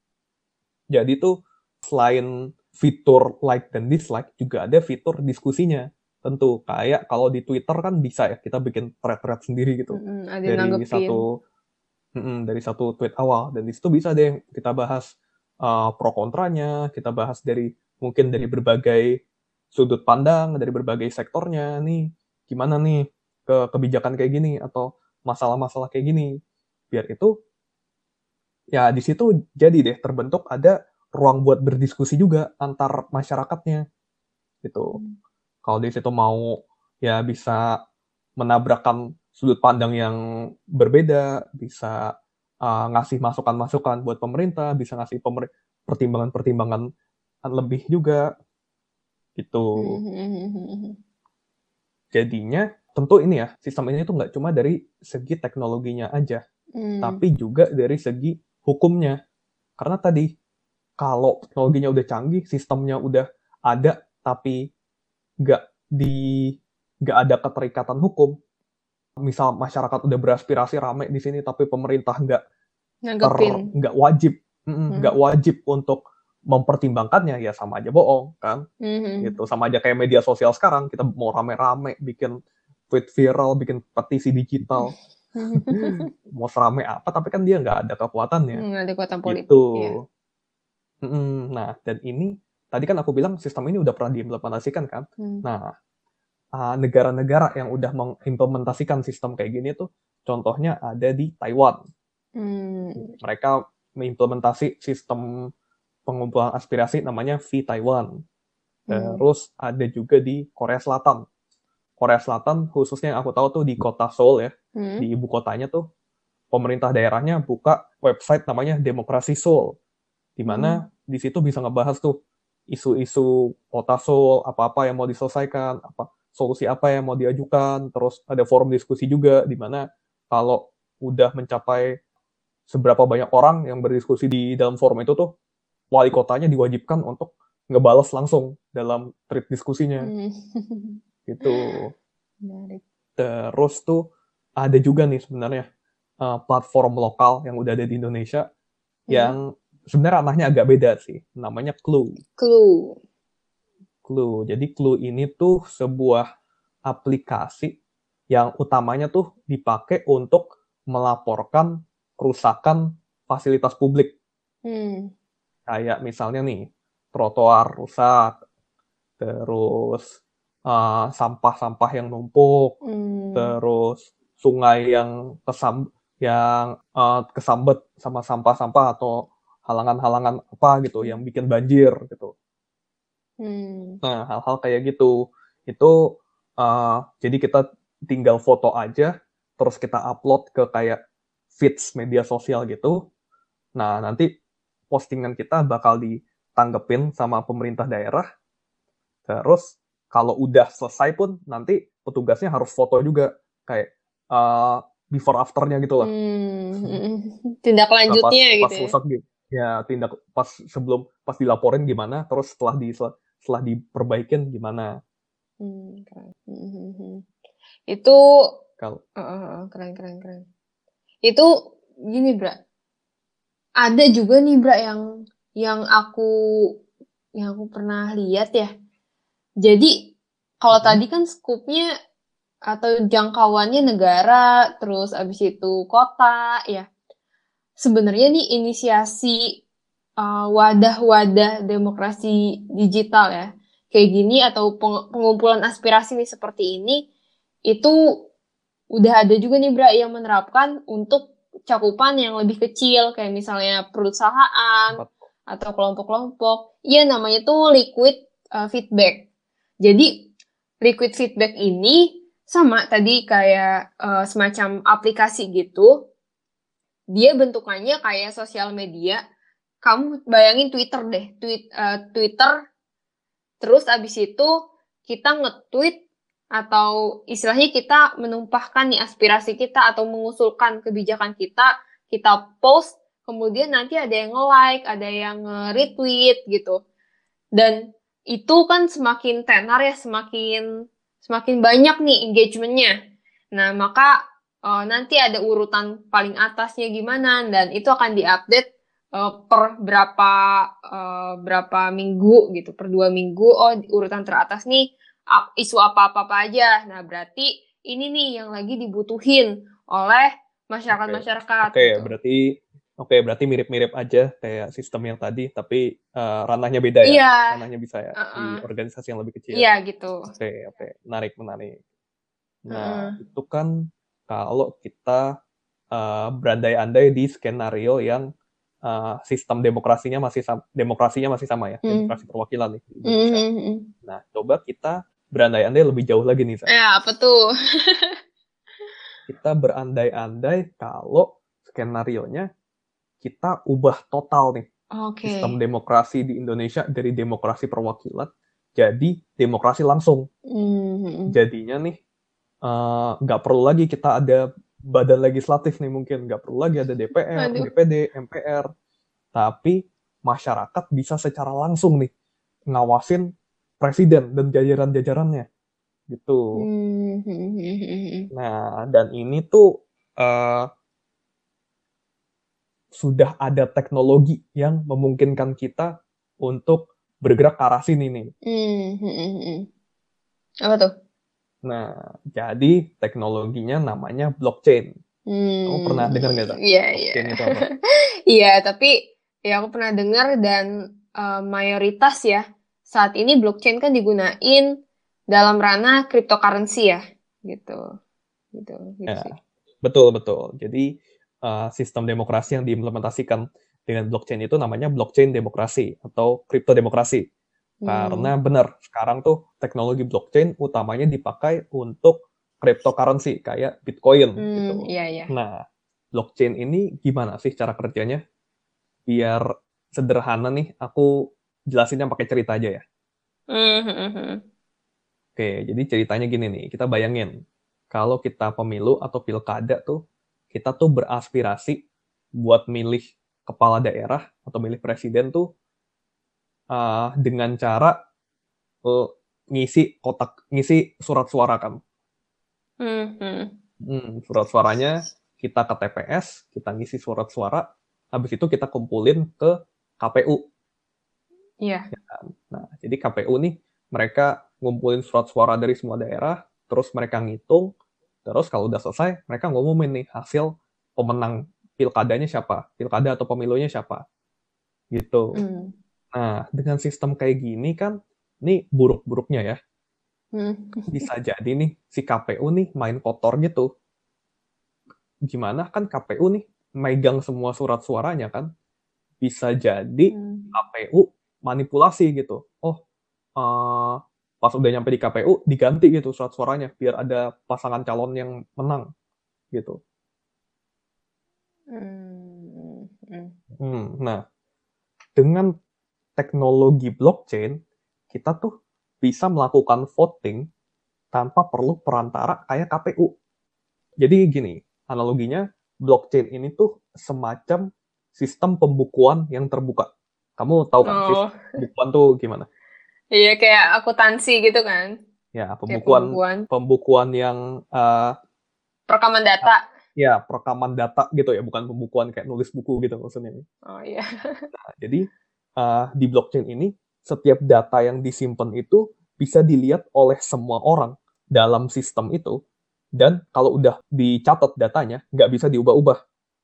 [SPEAKER 3] jadi tuh selain fitur like dan dislike, juga ada fitur diskusinya. Tentu, kayak kalau di Twitter kan bisa ya, kita bikin thread-thread sendiri gitu.
[SPEAKER 2] Hmm. Ada
[SPEAKER 3] Dari
[SPEAKER 2] nanggepin.
[SPEAKER 3] satu mm, dari satu tweet awal. Dan di situ bisa deh kita bahas uh, pro kontranya, kita bahas dari mungkin dari berbagai sudut pandang, dari berbagai sektornya nih, gimana nih ke kebijakan kayak gini atau masalah-masalah kayak gini. Biar itu ya di situ jadi deh terbentuk ada ruang buat berdiskusi juga antar masyarakatnya gitu.
[SPEAKER 2] Hmm.
[SPEAKER 3] Kalau di situ mau ya bisa menabrakkan sudut pandang yang berbeda, bisa uh, ngasih masukan-masukan buat pemerintah, bisa ngasih pemer- pertimbangan-pertimbangan lebih juga gitu.
[SPEAKER 2] Hmm.
[SPEAKER 3] Jadinya tentu ini ya, sistem ini tuh nggak cuma dari segi teknologinya aja,
[SPEAKER 2] Hmm.
[SPEAKER 3] tapi juga dari segi hukumnya. Karena tadi kalau teknologinya udah canggih, sistemnya udah ada, tapi nggak di nggak ada keterikatan hukum. Misal masyarakat udah beraspirasi rame di sini, tapi pemerintah nggak ter
[SPEAKER 2] Nanggepin.
[SPEAKER 3] nggak wajib
[SPEAKER 2] Hmm.
[SPEAKER 3] nggak wajib untuk mempertimbangkannya, ya sama aja bohong kan.
[SPEAKER 2] Hmm.
[SPEAKER 3] Gitu, sama aja kayak media sosial sekarang, kita mau rame-rame bikin tweet viral, bikin petisi digital, mau serame apa, tapi kan dia nggak ada kekuatannya.
[SPEAKER 2] Hmm. Ada kekuatan politik.
[SPEAKER 3] Gitu.
[SPEAKER 2] Ya.
[SPEAKER 3] Mm-mm. Nah, dan ini tadi kan aku bilang sistem ini udah pernah diimplementasikan kan.
[SPEAKER 2] Hmm.
[SPEAKER 3] Nah, uh, negara-negara yang udah mengimplementasikan sistem kayak gini tuh, contohnya ada di Taiwan.
[SPEAKER 2] Hmm.
[SPEAKER 3] Mereka mengimplementasi sistem pengumpulan aspirasi namanya V-Taiwan.
[SPEAKER 2] Hmm.
[SPEAKER 3] Terus ada juga di Korea Selatan. Korea Selatan khususnya yang aku tahu tuh di kota Seoul ya,
[SPEAKER 2] Hmm.
[SPEAKER 3] di ibu kotanya tuh pemerintah daerahnya buka website namanya Demokrasi Seoul, di mana di situ bisa ngebahas tuh isu-isu kota Seoul, apa-apa yang mau diselesaikan, apa solusi apa yang mau diajukan, terus ada forum diskusi juga di mana kalau udah mencapai seberapa banyak orang yang berdiskusi di dalam forum itu tuh wali kotanya diwajibkan untuk ngebales langsung dalam thread diskusinya
[SPEAKER 2] Hmm.
[SPEAKER 3] gitu.
[SPEAKER 2] Menarik.
[SPEAKER 3] Terus tuh ada juga nih sebenarnya uh, platform lokal yang udah ada di Indonesia
[SPEAKER 2] Hmm.
[SPEAKER 3] yang sebenarnya ranahnya agak beda sih. Namanya Clue.
[SPEAKER 2] Clue.
[SPEAKER 3] Clue. Jadi Clue ini tuh sebuah aplikasi yang utamanya tuh dipakai untuk melaporkan kerusakan fasilitas publik.
[SPEAKER 2] Hmm.
[SPEAKER 3] Kayak misalnya nih, trotoar rusak, terus uh, sampah-sampah yang numpuk,
[SPEAKER 2] Hmm.
[SPEAKER 3] terus sungai yang kesam yang uh, kesambet sama sampah-sampah atau halangan-halangan apa gitu yang bikin banjir gitu.
[SPEAKER 2] Hmm.
[SPEAKER 3] Nah, hal-hal kayak gitu itu uh, jadi kita tinggal foto aja, terus kita upload ke kayak feeds media sosial gitu. Nah, nanti postingan kita bakal ditanggepin sama pemerintah daerah. Terus kalau udah selesai pun nanti petugasnya harus foto juga kayak uh, before afternya gitu lah.
[SPEAKER 2] Hmm. Tindak
[SPEAKER 3] Nah, pas
[SPEAKER 2] lanjutnya
[SPEAKER 3] pas
[SPEAKER 2] gitu ya.
[SPEAKER 3] rusak gitu. Ya tindak pas sebelum pas dilaporin gimana, terus setelah di setelah diperbaikin gimana.
[SPEAKER 2] Hmm, keren. Hmm, hmm. Itu
[SPEAKER 3] Kalau
[SPEAKER 2] uh, uh, keren keren keren. Itu gini, Bra. Ada juga nih, Bra, yang yang aku yang aku pernah lihat ya. Jadi kalau
[SPEAKER 3] hmm,
[SPEAKER 2] tadi kan skupnya atau jangkauannya negara, terus abis itu kota, ya. Sebenarnya nih inisiasi uh, wadah-wadah demokrasi digital ya, kayak gini atau peng- pengumpulan aspirasi nih seperti ini, itu udah ada juga nih, Bra, yang menerapkan untuk cakupan yang lebih kecil, kayak misalnya perusahaan
[SPEAKER 3] tempat
[SPEAKER 2] atau kelompok-kelompok. Iya, namanya tuh liquid uh, feedback. Jadi, liquid feedback ini sama tadi kayak uh, semacam aplikasi gitu. Dia bentukannya kayak sosial media. Kamu bayangin Twitter deh, tweet, uh, Twitter, terus abis itu kita nge-tweet atau istilahnya kita menumpahkan nih aspirasi kita atau mengusulkan kebijakan kita, kita post, kemudian nanti ada yang nge-like, ada yang nge-retweet gitu. Dan itu kan semakin tenar ya, semakin semakin banyak nih engagementnya. Nah, maka uh, nanti ada urutan paling atasnya gimana, dan itu akan diupdate uh, per berapa uh, berapa minggu gitu, per dua minggu. Oh, urutan teratas nih uh, isu apa-apa aja. Nah, berarti ini nih yang lagi dibutuhin oleh masyarakat-masyarakat.
[SPEAKER 3] Oke,
[SPEAKER 2] gitu.
[SPEAKER 3] berarti oke berarti mirip-mirip aja kayak sistem yang tadi, tapi uh, ranahnya beda ya.
[SPEAKER 2] Iya.
[SPEAKER 3] Ranahnya bisa ya
[SPEAKER 2] Uh-uh.
[SPEAKER 3] di organisasi yang lebih kecil.
[SPEAKER 2] Iya gitu.
[SPEAKER 3] Oke, oke, menarik, menarik. Nah,
[SPEAKER 2] Uh-uh.
[SPEAKER 3] itu kan kalau kita uh, berandai-andai di skenario yang uh, sistem demokrasinya masih sama, demokrasinya masih sama ya,
[SPEAKER 2] Hmm.
[SPEAKER 3] demokrasi perwakilan nih di Indonesia.
[SPEAKER 2] Mm-hmm.
[SPEAKER 3] Nah, coba kita berandai-andai lebih jauh lagi nih, Sa.
[SPEAKER 2] Ya, apa tuh?
[SPEAKER 3] Kita berandai-andai kalau skenarionya kita ubah total nih
[SPEAKER 2] Oke.
[SPEAKER 3] sistem demokrasi di Indonesia dari demokrasi perwakilan jadi demokrasi langsung.
[SPEAKER 2] Mm-hmm.
[SPEAKER 3] Jadinya nih nggak uh, perlu lagi kita ada badan legislatif nih, mungkin nggak perlu lagi ada D P R,
[SPEAKER 2] Aduh.
[SPEAKER 3] D P D, M P R, tapi masyarakat bisa secara langsung nih ngawasin presiden dan jajaran-jajarannya gitu.
[SPEAKER 2] Mm-hmm.
[SPEAKER 3] Nah, dan ini tuh uh, sudah ada teknologi yang memungkinkan kita untuk bergerak ke arah sini nih.
[SPEAKER 2] Mm-hmm. Apa tuh?
[SPEAKER 3] Nah, jadi teknologinya namanya blockchain.
[SPEAKER 2] Hmm.
[SPEAKER 3] Kamu pernah dengar nggak, Zak?
[SPEAKER 2] Iya,
[SPEAKER 3] Blockchain
[SPEAKER 2] iya.
[SPEAKER 3] itu apa?
[SPEAKER 2] Iya, tapi ya aku pernah dengar, dan uh, mayoritas ya saat ini blockchain kan digunain dalam ranah cryptocurrency ya, gitu, gitu, gitu
[SPEAKER 3] Ya,
[SPEAKER 2] sih.
[SPEAKER 3] betul, betul. Jadi uh, sistem demokrasi yang diimplementasikan dengan blockchain itu namanya blockchain demokrasi atau kriptodemokrasi.
[SPEAKER 2] Hmm.
[SPEAKER 3] Karena benar, sekarang tuh teknologi blockchain utamanya dipakai untuk cryptocurrency kayak Bitcoin
[SPEAKER 2] Hmm,
[SPEAKER 3] gitu.
[SPEAKER 2] iya, iya.
[SPEAKER 3] Nah, blockchain ini gimana sih cara kerjanya? Biar sederhana nih, aku jelasinnya pakai cerita aja ya.
[SPEAKER 2] Mm-hmm.
[SPEAKER 3] Oke, jadi ceritanya gini nih, kita bayangin kalau kita pemilu atau pilkada tuh, kita tuh beraspirasi buat milih kepala daerah atau milih presiden tuh uh, dengan cara uh, ngisi kotak, ngisi surat suara kan.
[SPEAKER 2] Hmm, hmm.
[SPEAKER 3] Hmm, surat suaranya kita ke T P S, kita ngisi surat suara, habis itu kita kumpulin ke K P U.
[SPEAKER 2] Iya.
[SPEAKER 3] Ya kan? Nah, jadi K P U nih, mereka ngumpulin surat suara dari semua daerah, terus mereka ngitung, terus kalau udah selesai, mereka ngumumin nih hasil pemenang pilkadanya siapa, pilkada atau pemilunya siapa, gitu.
[SPEAKER 2] Hmm.
[SPEAKER 3] Nah, dengan sistem kayak gini kan, ini buruk-buruknya ya,
[SPEAKER 2] Hmm.
[SPEAKER 3] bisa jadi nih, si K P U nih main kotor gitu. Gimana kan K P U nih megang semua surat suaranya kan, bisa jadi
[SPEAKER 2] Hmm.
[SPEAKER 3] K P U manipulasi gitu. Oh, uh, pas udah nyampe di K P U diganti gitu surat suaranya biar ada pasangan calon yang menang gitu.
[SPEAKER 2] Hmm. Hmm.
[SPEAKER 3] Hmm, nah, dengan teknologi blockchain kita tuh bisa melakukan voting tanpa perlu perantara kayak K P U. Jadi gini, analoginya blockchain ini tuh semacam sistem pembukuan yang terbuka. Kamu tahu kan sistem
[SPEAKER 2] Oh,
[SPEAKER 3] pembukuan tuh gimana?
[SPEAKER 2] iya kayak akuntansi gitu kan.
[SPEAKER 3] Ya,
[SPEAKER 2] Kayak
[SPEAKER 3] pembukuan
[SPEAKER 2] pembukuan.
[SPEAKER 3] pembukuan yang uh,
[SPEAKER 2] Perekaman data.
[SPEAKER 3] ya perekaman data gitu ya, bukan pembukuan kayak nulis buku gitu maksudnya.
[SPEAKER 2] Oh iya.
[SPEAKER 3] Nah, jadi uh, di blockchain ini setiap data yang disimpan itu bisa dilihat oleh semua orang dalam sistem itu, dan kalau udah dicatat datanya nggak bisa diubah-ubah.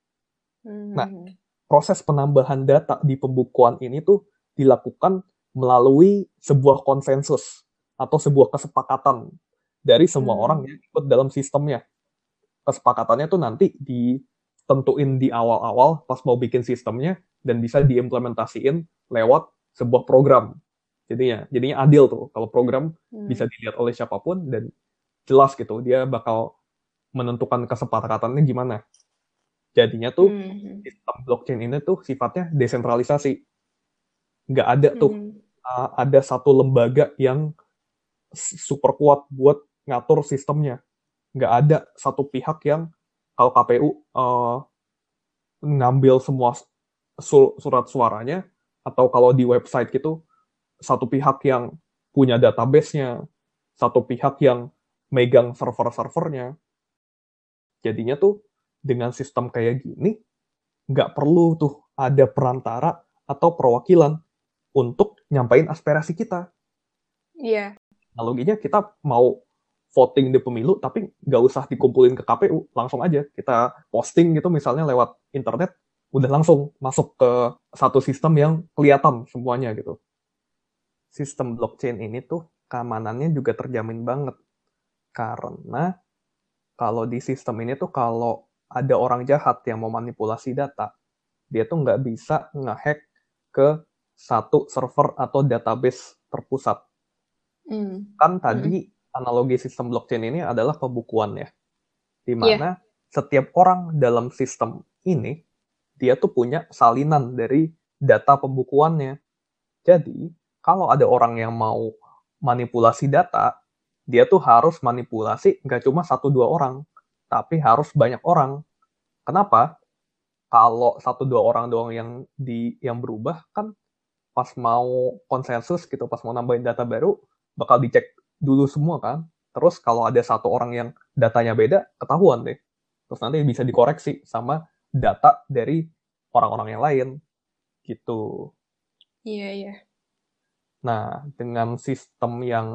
[SPEAKER 3] Nah,
[SPEAKER 2] Hmm.
[SPEAKER 3] proses penambahan data di pembukuan ini tuh dilakukan melalui sebuah konsensus atau sebuah kesepakatan dari semua orang
[SPEAKER 2] Hmm.
[SPEAKER 3] yang ikut dalam sistemnya. Kesepakatannya tuh nanti ditentuin di awal-awal pas mau bikin sistemnya dan bisa diimplementasiin lewat sebuah program. Jadinya, jadinya adil tuh kalau program bisa
[SPEAKER 2] Hmm.
[SPEAKER 3] dilihat oleh siapapun dan jelas gitu dia bakal menentukan kesepakatannya gimana. Jadinya tuh
[SPEAKER 2] Hmm.
[SPEAKER 3] sistem blockchain ini tuh sifatnya desentralisasi. Nggak ada tuh
[SPEAKER 2] Hmm.
[SPEAKER 3] uh, ada satu lembaga yang super kuat buat ngatur sistemnya. Nggak ada satu pihak yang kalau K P U uh, ngambil semua surat suaranya, atau kalau di website gitu satu pihak yang punya database-nya, satu pihak yang megang server-servernya. Jadinya tuh dengan sistem kayak gini nggak perlu tuh ada perantara atau perwakilan untuk nyampain aspirasi kita.
[SPEAKER 2] Iya.
[SPEAKER 3] Analoginya kita mau voting di pemilu tapi nggak usah dikumpulin ke K P U, langsung aja kita posting gitu misalnya lewat internet, udah langsung masuk ke satu sistem yang kelihatan semuanya gitu. Sistem blockchain ini tuh keamanannya juga terjamin banget, karena kalau di sistem ini tuh kalau ada orang jahat yang mau manipulasi data, dia tuh nggak bisa ngehack ke satu server atau database terpusat.
[SPEAKER 2] Hmm.
[SPEAKER 3] Kan
[SPEAKER 2] Hmm.
[SPEAKER 3] tadi analogi sistem blockchain ini adalah pembukuan ya, di
[SPEAKER 2] Iya.
[SPEAKER 3] mana setiap orang dalam sistem ini, dia tuh punya salinan dari data pembukuannya. Jadi, kalau ada orang yang mau manipulasi data, dia tuh harus manipulasi nggak cuma satu dua orang, tapi harus banyak orang. Kenapa? Kalau satu dua orang doang yang di yang berubah kan pas mau konsensus gitu, pas mau nambahin data baru, bakal dicek dulu semua kan. Terus kalau ada satu orang yang datanya beda, ketahuan deh. Terus nanti bisa dikoreksi sama data dari orang-orang yang lain gitu.
[SPEAKER 2] Iya, iya.
[SPEAKER 3] Nah, dengan sistem yang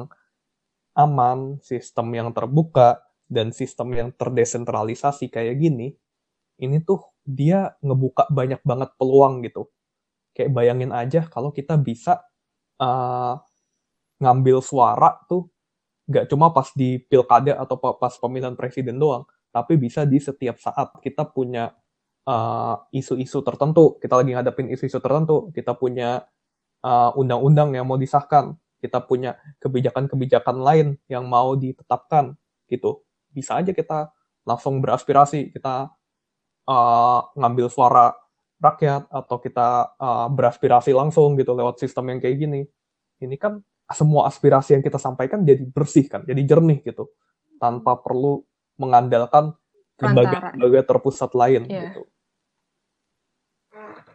[SPEAKER 3] aman, sistem yang terbuka, dan sistem yang terdesentralisasi kayak gini, ini tuh dia ngebuka banyak banget peluang gitu. Kayak bayangin aja kalau kita bisa uh, ngambil suara tuh nggak cuma pas di pilkada atau pas pemilihan presiden doang, tapi bisa di setiap saat kita punya uh, isu-isu tertentu, kita lagi ngadepin isu-isu tertentu, kita punya uh, undang-undang yang mau disahkan, kita punya kebijakan-kebijakan lain yang mau ditetapkan, gitu. Bisa aja kita langsung beraspirasi, kita uh, ngambil suara rakyat, atau kita uh, beraspirasi langsung gitu lewat sistem yang kayak gini. Ini kan semua aspirasi yang kita sampaikan jadi bersih kan, jadi jernih gitu, tanpa perlu mengandalkan
[SPEAKER 2] Perantara.
[SPEAKER 3] lembaga-lembaga terpusat lain
[SPEAKER 2] Iya.
[SPEAKER 3] gitu.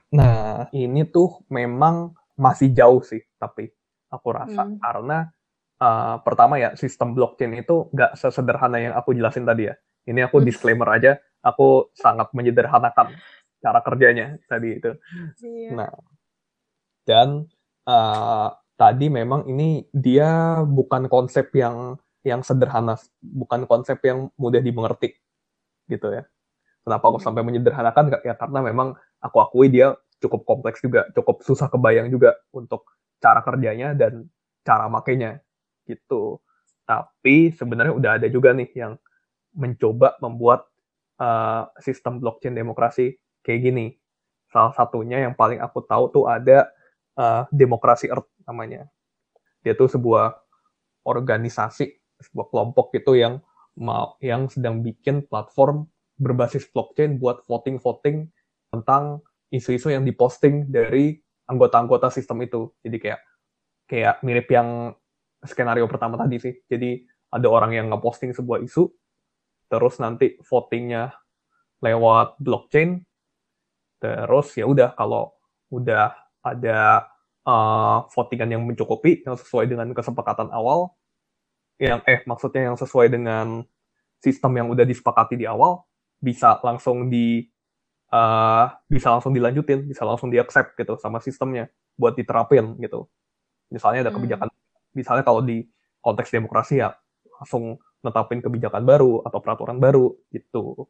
[SPEAKER 3] Nah, ini tuh memang masih jauh sih, tapi aku rasa
[SPEAKER 2] Hmm.
[SPEAKER 3] karena uh, pertama ya, sistem blockchain itu nggak sesederhana yang aku jelasin tadi ya. Ini aku
[SPEAKER 2] Hmm.
[SPEAKER 3] disclaimer aja, aku sangat menyederhanakan cara kerjanya tadi itu.
[SPEAKER 2] Iya.
[SPEAKER 3] Nah, dan uh, tadi memang ini dia bukan konsep yang yang sederhana, bukan konsep yang mudah dimengerti gitu ya. Kenapa aku
[SPEAKER 2] Hmm.
[SPEAKER 3] sampai menyederhanakan? Ya karena memang aku akui dia cukup kompleks juga, cukup susah kebayang juga untuk cara kerjanya dan cara makainya gitu. Tapi sebenarnya udah ada juga nih yang mencoba membuat uh, sistem blockchain demokrasi kayak gini. Salah satunya yang paling aku tahu tuh ada uh, Demokrasi Earth namanya. Dia tuh sebuah organisasi, sebuah kelompok gitu yang mau yang sedang bikin platform berbasis blockchain buat voting-voting tentang isu-isu yang diposting dari anggota-anggota sistem itu. Jadi kayak kayak mirip yang skenario pertama tadi sih. Jadi ada orang yang ngeposting sebuah isu, terus nanti votingnya lewat blockchain, terus ya udah kalau udah ada uh, votingan yang mencukupi yang sesuai dengan kesepakatan awal, yang eh maksudnya yang sesuai dengan sistem yang udah disepakati di awal, bisa langsung di uh, bisa langsung dilanjutin, bisa langsung di accept gitu sama sistemnya buat diterapin gitu. Misalnya ada kebijakan, hmm. misalnya kalau di konteks demokrasi ya langsung netapin kebijakan baru atau peraturan baru gitu.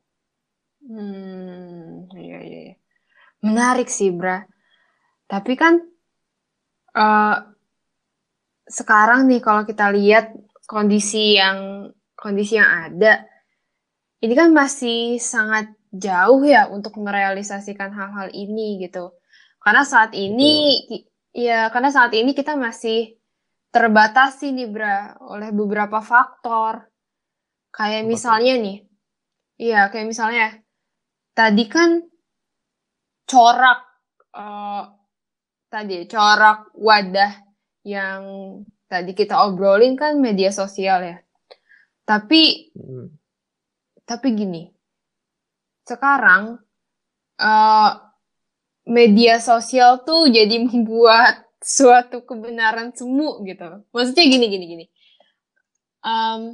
[SPEAKER 2] Hmm, iya iya. Menarik sih, Bra. Tapi kan uh, sekarang nih kalau kita lihat kondisi yang kondisi yang ada, ini kan masih sangat jauh ya untuk merealisasikan hal-hal ini gitu. Karena saat ini, Betul. ya karena saat ini kita masih terbatasi nih, Bra, oleh beberapa faktor. Kayak Betul. misalnya nih, iya kayak misalnya tadi kan corak uh, tadi corak wadah yang tadi kita obrolin kan media sosial ya. Tapi hmm. tapi gini, sekarang uh, media sosial tuh jadi membuat suatu kebenaran semu gitu. Maksudnya gini gini gini. Um,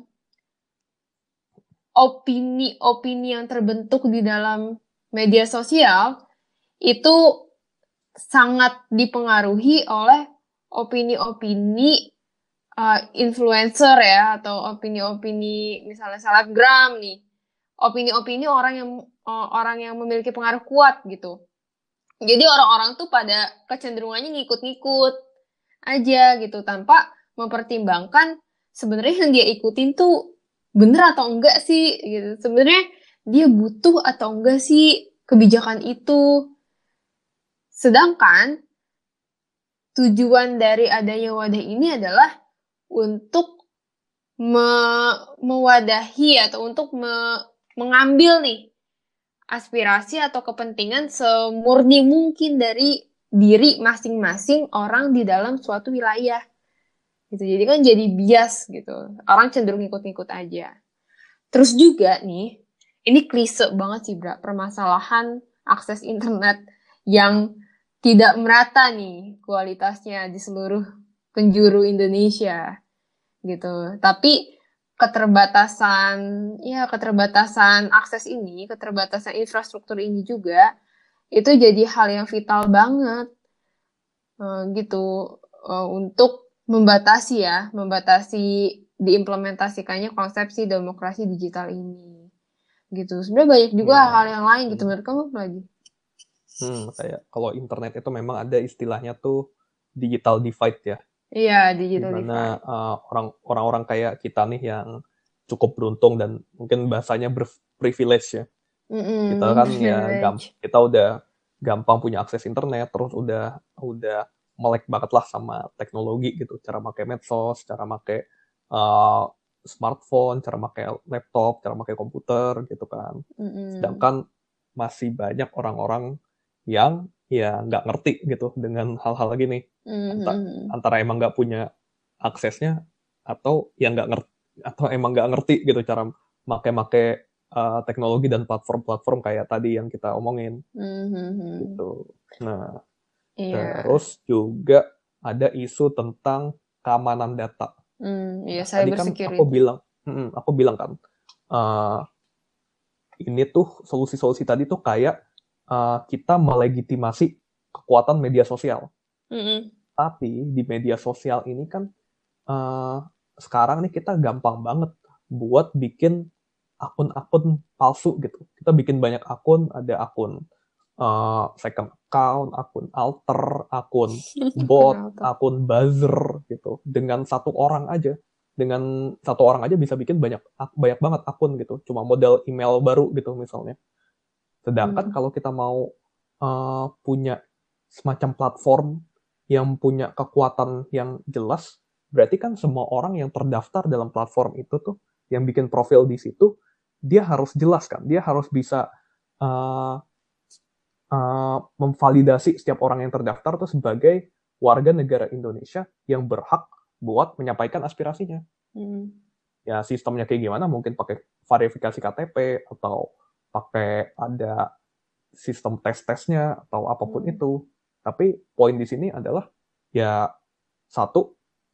[SPEAKER 2] opini-opini yang terbentuk di dalam media sosial itu sangat dipengaruhi oleh opini-opini uh, influencer ya, atau opini-opini misalnya selebgram nih, opini-opini orang yang uh, orang yang memiliki pengaruh kuat gitu. Jadi orang-orang tuh pada kecenderungannya ngikut-ngikut aja gitu tanpa mempertimbangkan sebenarnya yang dia ikutin tuh bener atau enggak sih gitu. Sebenarnya dia butuh atau enggak sih kebijakan itu. Sedangkan tujuan dari adanya wadah ini adalah untuk me mewadahi atau untuk me mengambil nih aspirasi atau kepentingan semurni mungkin dari diri masing-masing orang di dalam suatu wilayah. Gitu. Jadi kan jadi bias gitu. Orang cenderung ikut-ikut aja. Terus juga nih, ini klise banget sih, Bra, permasalahan akses internet yang tidak merata nih kualitasnya di seluruh penjuru Indonesia gitu. Tapi keterbatasan ya keterbatasan akses ini, keterbatasan infrastruktur ini juga itu jadi hal yang vital banget uh, gitu uh, untuk membatasi ya, membatasi diimplementasikannya konsepsi demokrasi digital ini. Gitu. Sebenarnya banyak juga
[SPEAKER 3] ya.
[SPEAKER 2] hal yang lain gitu. Menurut kamu apa lagi?
[SPEAKER 3] Hmm, kayak kalau internet itu memang ada istilahnya tuh digital divide ya.
[SPEAKER 2] Iya, digital
[SPEAKER 3] Dimana,
[SPEAKER 2] divide.
[SPEAKER 3] uh, orang orang-orang kayak kita nih yang cukup beruntung dan mungkin bahasanya berprivilege ya. Mm-hmm. Kita kan ya gamp- kita udah gampang punya akses internet, terus udah udah melek banget lah sama teknologi gitu, cara pakai medsos, cara pakai uh, smartphone, cara pakai laptop, cara pakai komputer gitu kan. Mm-hmm. Sedangkan masih banyak orang-orang yang ya nggak ngerti gitu dengan hal-hal gini. Mm-hmm. Antara emang nggak punya aksesnya atau yang nggak ngerti atau emang nggak ngerti gitu cara make-make uh, teknologi dan platform-platform kayak tadi yang kita omongin. Mm-hmm. Gitu. Nah, yeah. Terus juga ada isu tentang keamanan data.
[SPEAKER 2] Hmm, iya,
[SPEAKER 3] Nah, tadi
[SPEAKER 2] cyber
[SPEAKER 3] kan aku
[SPEAKER 2] security.
[SPEAKER 3] bilang, mm, aku bilang kan, uh, ini tuh solusi-solusi tadi tuh kayak uh, kita melegitimasi kekuatan media sosial.
[SPEAKER 2] Mm-mm.
[SPEAKER 3] Tapi di media sosial ini kan uh, sekarang nih kita gampang banget buat bikin akun-akun palsu gitu. Kita bikin banyak akun, ada akun uh, second account, akun alter, akun bot,
[SPEAKER 2] Kenapa?
[SPEAKER 3] akun buzzer gitu. Dengan satu orang aja, dengan satu orang aja bisa bikin banyak banyak banget akun gitu. Cuma model email baru gitu misalnya. Sedangkan
[SPEAKER 2] Hmm.
[SPEAKER 3] kalau kita mau uh, punya semacam platform yang punya kekuatan yang jelas, berarti kan semua orang yang terdaftar dalam platform itu tuh, yang bikin profil di situ, dia harus jelas kan, dia harus bisa uh, uh, memvalidasi setiap orang yang terdaftar tuh sebagai warga negara Indonesia yang berhak buat menyampaikan aspirasinya.
[SPEAKER 2] Hmm.
[SPEAKER 3] Ya sistemnya kayak gimana? Mungkin pakai verifikasi K T P atau pakai ada sistem tes-tesnya atau apapun
[SPEAKER 2] Hmm.
[SPEAKER 3] itu. Tapi poin di sini adalah ya satu,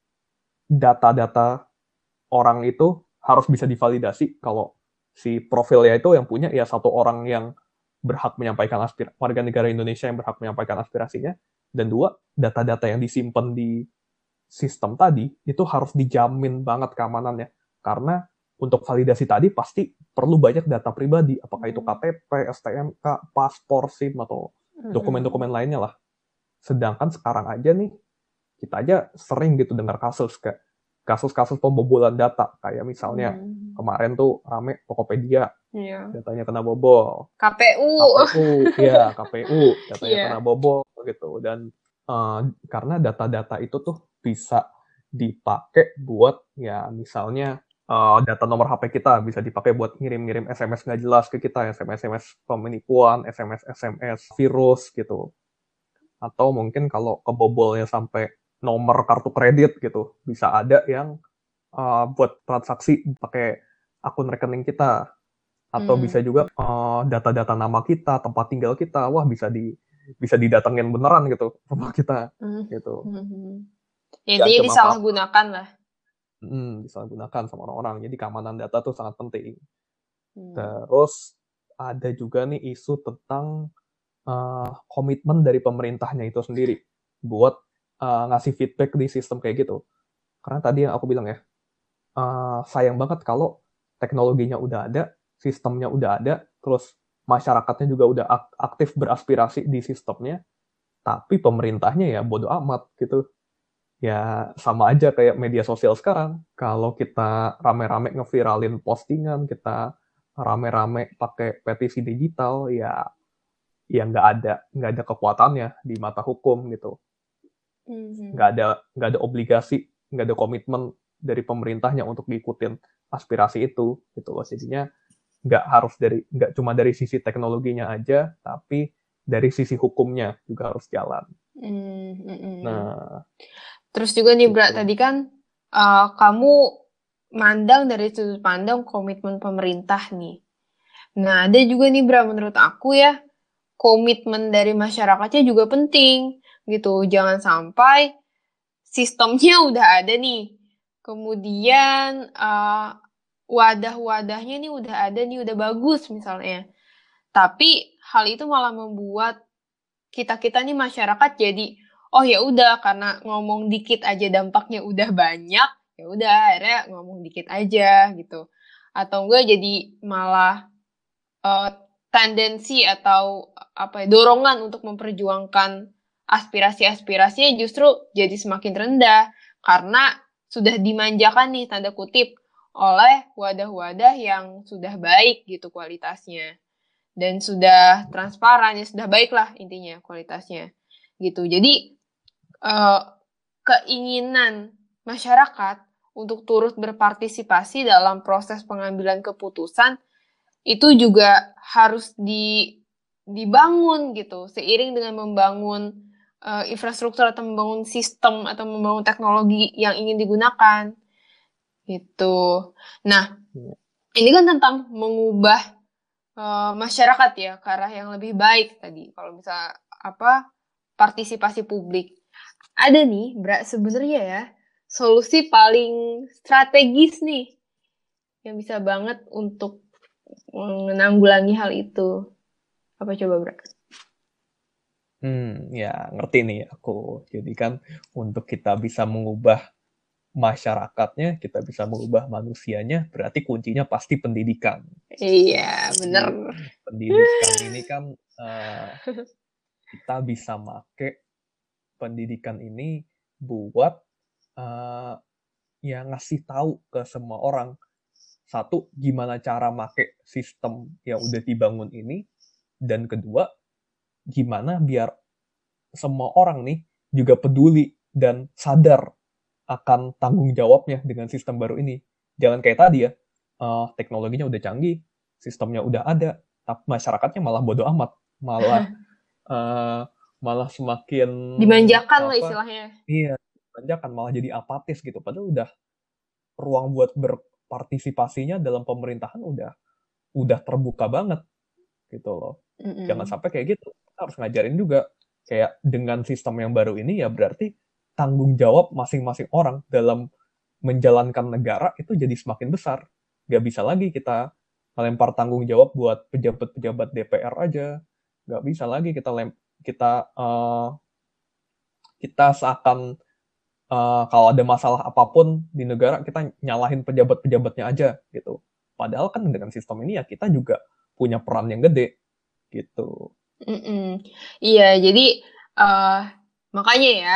[SPEAKER 3] data-data orang itu harus bisa divalidasi kalau si profilnya itu yang punya ya satu orang yang berhak menyampaikan aspirasi, warga negara Indonesia yang berhak menyampaikan aspirasinya, dan dua, data-data yang disimpan di sistem tadi itu harus dijamin banget keamanannya, karena untuk validasi tadi pasti perlu banyak data pribadi, apakah itu K T P, S T M K, paspor, SIM, atau dokumen-dokumen lainnya lah. Sedangkan sekarang aja nih, kita aja sering gitu dengar kasus kayak kasus-kasus pembobolan data, kayak misalnya
[SPEAKER 2] Hmm.
[SPEAKER 3] kemarin tuh rame Tokopedia,
[SPEAKER 2] Iya.
[SPEAKER 3] datanya kena bobol.
[SPEAKER 2] K P U.
[SPEAKER 3] K P U, ya K P U, datanya
[SPEAKER 2] Iya.
[SPEAKER 3] kena bobol gitu. Dan uh, karena data-data itu tuh bisa dipakai buat ya misalnya uh, data nomor H P kita bisa dipakai buat ngirim-ngirim S M S nggak jelas ke kita, S M S S M S penipuan, S M S S M S virus gitu. Atau mungkin kalau kebobolnya sampai nomor kartu kredit gitu, bisa ada yang uh, buat transaksi pakai akun rekening kita, atau
[SPEAKER 2] Hmm.
[SPEAKER 3] bisa juga uh, data-data nama kita, tempat tinggal kita, wah bisa di bisa didatengin beneran gitu rumah kita
[SPEAKER 2] Hmm.
[SPEAKER 3] gitu.
[SPEAKER 2] Hmm. Intinya
[SPEAKER 3] Diancam
[SPEAKER 2] disalahgunakan lah.
[SPEAKER 3] Hmm, disalahgunakan sama orang-orang. Jadi keamanan data tuh sangat penting.
[SPEAKER 2] Hmm.
[SPEAKER 3] Terus ada juga nih isu tentang uh, komitmen dari pemerintahnya itu sendiri buat uh, ngasih feedback di sistem kayak gitu. Karena tadi yang aku bilang ya, uh, sayang banget kalau teknologinya udah ada, sistemnya udah ada, terus masyarakatnya juga udah aktif beraspirasi di sistemnya, tapi pemerintahnya ya bodo amat gitu. Ya sama aja kayak media sosial sekarang. Kalau kita rame-rame ngeviralin postingan, kita rame-rame pakai petisi digital, ya ya nggak ada nggak ada kekuatannya di mata hukum gitu.
[SPEAKER 2] Hmm.
[SPEAKER 3] Nggak ada nggak ada obligasi, nggak ada komitmen dari pemerintahnya untuk ngikutin aspirasi itu gitu loh. Jadinya nggak harus dari nggak cuma dari sisi teknologinya aja, tapi dari sisi hukumnya juga harus jalan.
[SPEAKER 2] Hmm. Hmm.
[SPEAKER 3] Nah,
[SPEAKER 2] terus juga nih Bra,
[SPEAKER 3] gitu.
[SPEAKER 2] tadi kan uh, kamu mandang dari sudut pandang komitmen pemerintah nih. Nah, ada juga nih Bra, menurut aku ya, komitmen dari masyarakatnya juga penting gitu. Jangan sampai sistemnya udah ada nih, kemudian uh, wadah-wadahnya nih udah ada nih, udah bagus misalnya. Tapi hal itu malah membuat kita-kita nih masyarakat jadi, oh ya udah karena ngomong dikit aja dampaknya udah banyak, ya udah akhirnya ngomong dikit aja gitu. Atau enggak jadi malah uh, tendensi atau apa ya, dorongan untuk memperjuangkan aspirasi-aspirasinya justru jadi semakin rendah karena sudah dimanjakan nih tanda kutip oleh wadah-wadah yang sudah baik gitu kualitasnya dan sudah transparan, ya sudah baik lah intinya kualitasnya gitu. Jadi uh, keinginan masyarakat untuk turut berpartisipasi dalam proses pengambilan keputusan itu juga harus di, dibangun gitu seiring dengan membangun uh, infrastruktur atau membangun sistem atau membangun teknologi yang ingin digunakan gitu. Nah, ini kan tentang mengubah uh, masyarakat ya ke arah yang lebih baik tadi. Kalau bisa apa partisipasi publik. Ada nih, Bra, sebenarnya ya solusi paling strategis nih yang bisa banget untuk menanggulangi hal itu? Apa coba, Bra?
[SPEAKER 3] Hmm, ya ngerti nih aku. Jadi kan untuk kita bisa mengubah masyarakatnya, kita bisa mengubah manusianya, berarti kuncinya pasti pendidikan.
[SPEAKER 2] Iya, bener.
[SPEAKER 3] Jadi, pendidikan ini kan uh, kita bisa make pendidikan ini buat uh, ya ngasih tahu ke semua orang. Satu, gimana cara make sistem yang udah dibangun ini, dan kedua, gimana biar semua orang nih juga peduli dan sadar akan tanggung jawabnya dengan sistem baru ini. Jangan kayak tadi ya, uh, teknologinya udah canggih, sistemnya udah ada, tapi masyarakatnya malah bodoh amat, malah uh, malah semakin
[SPEAKER 2] Dimanjakan lah
[SPEAKER 3] apa?
[SPEAKER 2] istilahnya.
[SPEAKER 3] Iya, dimanjakan, malah jadi apatis gitu. Padahal udah ruang buat berpartisipasinya dalam pemerintahan udah udah terbuka banget gitu loh.
[SPEAKER 2] Mm-mm.
[SPEAKER 3] Jangan sampai kayak gitu. Kita harus ngajarin juga kayak dengan sistem yang baru ini ya berarti tanggung jawab masing-masing orang dalam menjalankan negara itu jadi semakin besar. Gak bisa lagi kita melempar tanggung jawab buat pejabat-pejabat D P R aja. Gak bisa lagi kita lem kita uh, kita seakan uh, kalau ada masalah apapun di negara kita nyalahin pejabat-pejabatnya aja gitu. Padahal kan dengan sistem ini ya kita juga punya peran yang gede gitu.
[SPEAKER 2] Mm-mm. Iya, jadi uh, makanya ya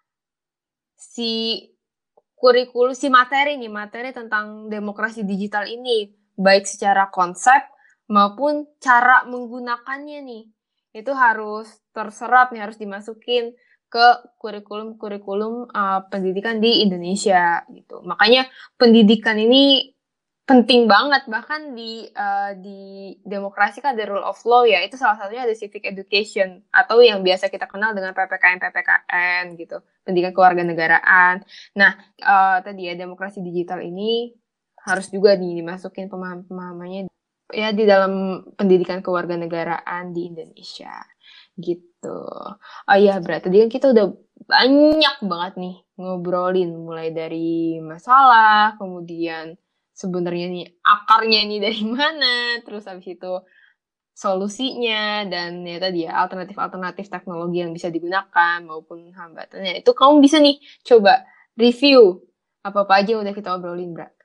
[SPEAKER 2] si kurikulum, si materi nih, materi tentang demokrasi digital ini, baik secara konsep maupun cara menggunakannya nih, itu harus terserap nih, harus dimasukin ke kurikulum-kurikulum uh, pendidikan di Indonesia gitu. Makanya pendidikan ini penting banget, bahkan di uh, di demokrasi kan ada rule of law ya, itu salah satunya ada civic education atau yang biasa kita kenal dengan P P K N P P K N gitu, pendidikan kewarganegaraan. Nah, uh, tadi ya demokrasi digital ini harus juga nih dimasukin pemahaman-pemahamannya ya di dalam pendidikan kewarganegaraan di Indonesia gitu. Oh iya, berarti tadi kan kita udah banyak banget nih ngobrolin mulai dari masalah, kemudian sebenarnya nih akarnya nih dari mana, terus habis itu solusinya, dan ya tadi ya alternatif-alternatif teknologi yang bisa digunakan maupun hambatannya. Itu kamu bisa nih coba review apa-apa aja yang udah kita obrolin, Bra.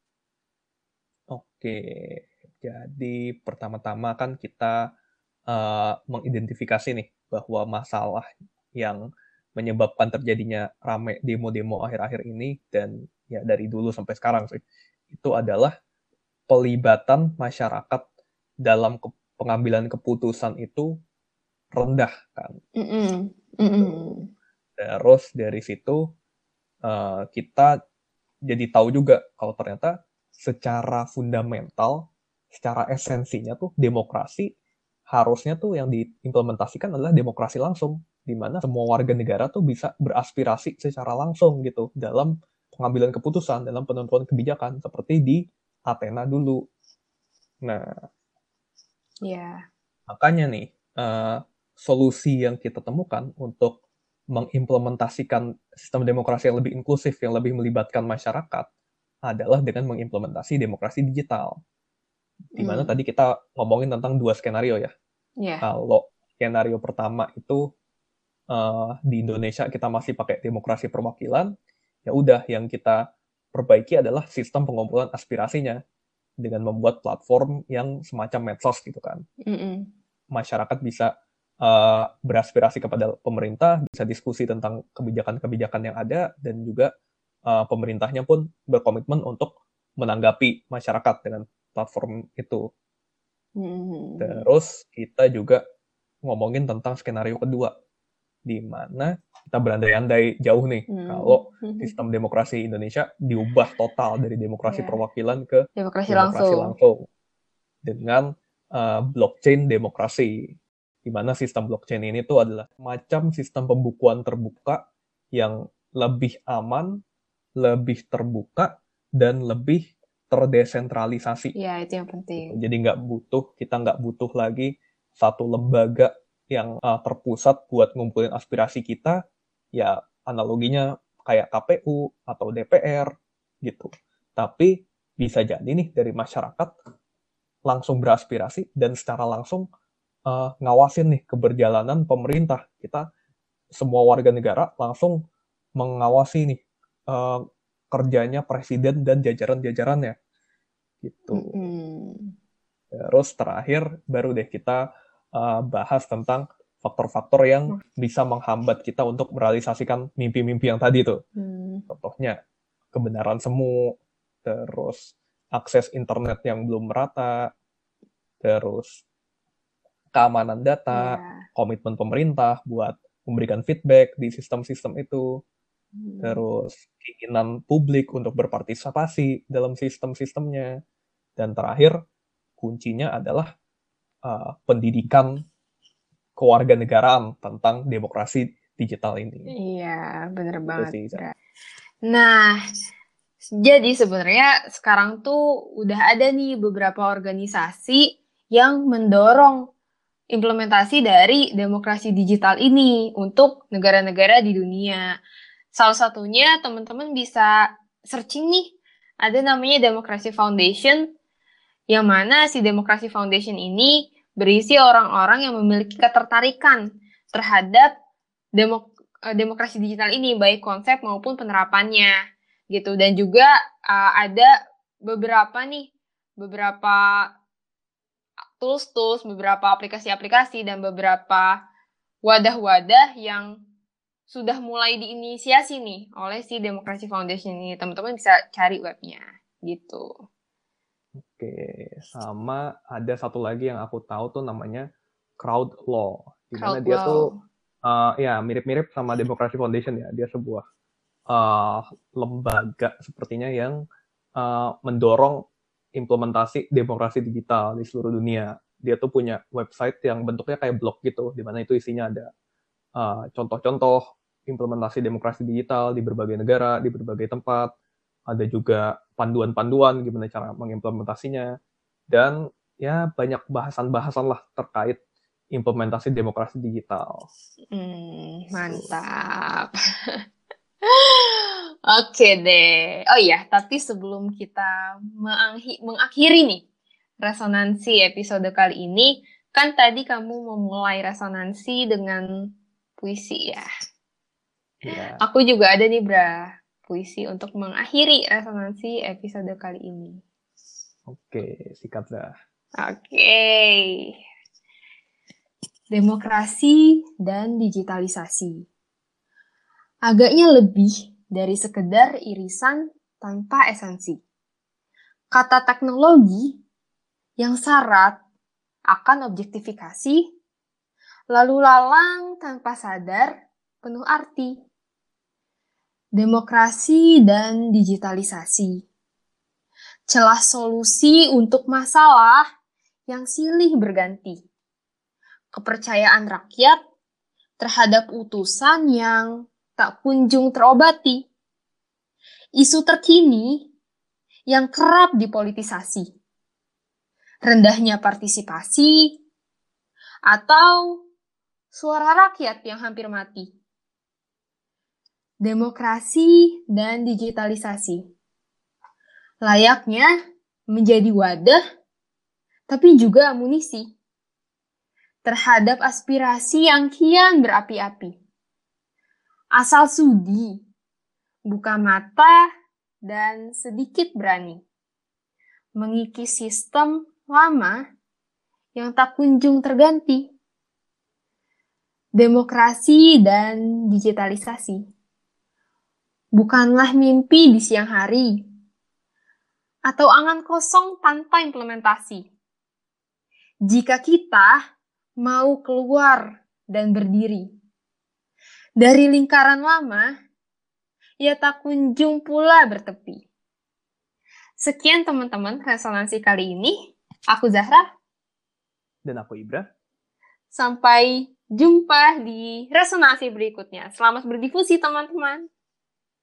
[SPEAKER 3] Oke, jadi pertama-tama kan kita uh, mengidentifikasi nih bahwa masalah yang menyebabkan terjadinya rame demo-demo akhir-akhir ini dan ya dari dulu sampai sekarang sih itu adalah pelibatan masyarakat dalam ke- pengambilan keputusan itu rendah kan.
[SPEAKER 2] Mm-mm. Mm-mm.
[SPEAKER 3] Terus dari situ uh, kita jadi tahu juga kalau ternyata secara fundamental, secara esensinya tuh demokrasi harusnya tuh yang diimplementasikan adalah demokrasi langsung, di mana semua warga negara tuh bisa beraspirasi secara langsung gitu dalam pengambilan keputusan, dalam penentuan kebijakan seperti di Athena dulu. Nah,
[SPEAKER 2] Ya.
[SPEAKER 3] makanya nih uh, solusi yang kita temukan untuk mengimplementasikan sistem demokrasi yang lebih inklusif, yang lebih melibatkan masyarakat, adalah dengan mengimplementasi demokrasi digital. Di mana
[SPEAKER 2] Mm.
[SPEAKER 3] tadi kita ngomongin tentang dua skenario ya.
[SPEAKER 2] Yeah.
[SPEAKER 3] Kalau skenario pertama itu uh, di Indonesia kita masih pakai demokrasi perwakilan, ya udah yang kita perbaiki adalah sistem pengumpulan aspirasinya dengan membuat platform yang semacam medsos gitu kan.
[SPEAKER 2] Mm-mm.
[SPEAKER 3] Masyarakat bisa uh, beraspirasi kepada pemerintah, bisa diskusi tentang kebijakan-kebijakan yang ada, dan juga uh, pemerintahnya pun berkomitmen untuk menanggapi masyarakat dengan platform itu.
[SPEAKER 2] Mm-mm.
[SPEAKER 3] Terus kita juga ngomongin tentang skenario kedua, di mana kita berandai-andai jauh nih
[SPEAKER 2] Mm.
[SPEAKER 3] kalau sistem demokrasi Indonesia diubah total dari demokrasi
[SPEAKER 2] Yeah.
[SPEAKER 3] perwakilan ke
[SPEAKER 2] Demokrasi,
[SPEAKER 3] demokrasi
[SPEAKER 2] langsung.
[SPEAKER 3] langsung dengan uh, blockchain demokrasi, di mana sistem blockchain ini tuh adalah macam sistem pembukuan terbuka yang lebih aman, lebih terbuka, dan lebih terdesentralisasi.
[SPEAKER 2] Ya, itu yang penting.
[SPEAKER 3] Jadi nggak butuh, kita nggak butuh lagi satu lembaga yang uh, terpusat buat ngumpulin aspirasi kita. Ya analoginya kayak K P U atau D P R gitu. Tapi bisa jadi nih dari masyarakat langsung beraspirasi dan secara langsung uh, ngawasin nih keberjalanan pemerintah. Kita semua warga negara langsung mengawasi nih uh, kerjanya presiden dan jajaran-jajarannya gitu.
[SPEAKER 2] Mm-hmm.
[SPEAKER 3] Terus terakhir baru deh kita uh, bahas tentang faktor-faktor yang bisa menghambat kita untuk merealisasikan mimpi-mimpi yang tadi tuh.
[SPEAKER 2] Hmm.
[SPEAKER 3] Contohnya kebenaran semu, terus akses internet yang belum merata, terus keamanan data,
[SPEAKER 2] Yeah.
[SPEAKER 3] komitmen pemerintah buat memberikan feedback di sistem-sistem itu, hmm. terus keinginan publik untuk berpartisipasi dalam sistem-sistemnya, dan terakhir kuncinya adalah uh, pendidikan kewarganegaraan tentang demokrasi digital ini.
[SPEAKER 2] Iya, bener
[SPEAKER 3] gitu
[SPEAKER 2] banget.
[SPEAKER 3] Sih,
[SPEAKER 2] nah, jadi sebenarnya sekarang tuh udah ada nih beberapa organisasi yang mendorong implementasi dari demokrasi digital ini untuk negara-negara di dunia. Salah satunya teman-teman bisa searching nih, ada namanya Democracy Foundation, yang mana si Democracy Foundation ini berisi orang-orang yang memiliki ketertarikan terhadap demok- demokrasi digital ini, baik konsep maupun penerapannya, gitu. Dan juga uh, ada beberapa nih, beberapa tools-tools, beberapa aplikasi-aplikasi, dan beberapa wadah-wadah yang sudah mulai diinisiasi nih oleh si Democracy Foundation ini. Teman-teman bisa cari webnya, gitu.
[SPEAKER 3] Oke, sama ada satu lagi yang aku tahu tuh namanya Crowd Law. Di mana dia tuh uh, ya mirip-mirip sama Democracy Foundation ya. Dia sebuah uh, lembaga sepertinya yang uh, mendorong implementasi demokrasi digital di seluruh dunia. Dia tuh punya website yang bentuknya kayak blog gitu, di mana itu isinya ada uh, contoh-contoh implementasi demokrasi digital di berbagai negara, di berbagai tempat. Ada juga panduan-panduan gimana cara mengimplementasinya, dan ya banyak bahasan-bahasan lah terkait implementasi demokrasi digital.
[SPEAKER 2] Hmm, mantap. Oke deh. Oh iya, tapi sebelum kita mengakhiri nih resonansi episode kali ini, kan tadi kamu memulai resonansi dengan puisi ya.
[SPEAKER 3] Ya.
[SPEAKER 2] Aku juga ada nih, Bra. Puisi untuk mengakhiri resonansi episode kali ini.
[SPEAKER 3] Oke, sikat dah.
[SPEAKER 2] Oke. Demokrasi dan digitalisasi. Agaknya lebih dari sekedar irisan tanpa esensi. Kata teknologi yang syarat akan objektifikasi, lalu lalang tanpa sadar penuh arti. Demokrasi dan digitalisasi. Celah solusi untuk masalah yang silih berganti. Kepercayaan rakyat terhadap utusan yang tak kunjung terobati. Isu terkini yang kerap dipolitisasi. Rendahnya partisipasi atau suara rakyat yang hampir mati. Demokrasi dan digitalisasi. Layaknya menjadi wadah, tapi juga amunisi terhadap aspirasi yang kian berapi-api. Asal sudi, buka mata, dan sedikit berani mengikis sistem lama yang tak kunjung terganti. Demokrasi dan digitalisasi bukanlah mimpi di siang hari atau angan kosong tanpa implementasi. Jika kita mau keluar dan berdiri dari lingkaran lama, ia tak kunjung pula bertepi. Sekian teman-teman resonansi kali ini. Aku Zahra.
[SPEAKER 3] Dan aku Ibra.
[SPEAKER 2] Sampai jumpa di resonansi berikutnya. Selamat berdifusi teman-teman.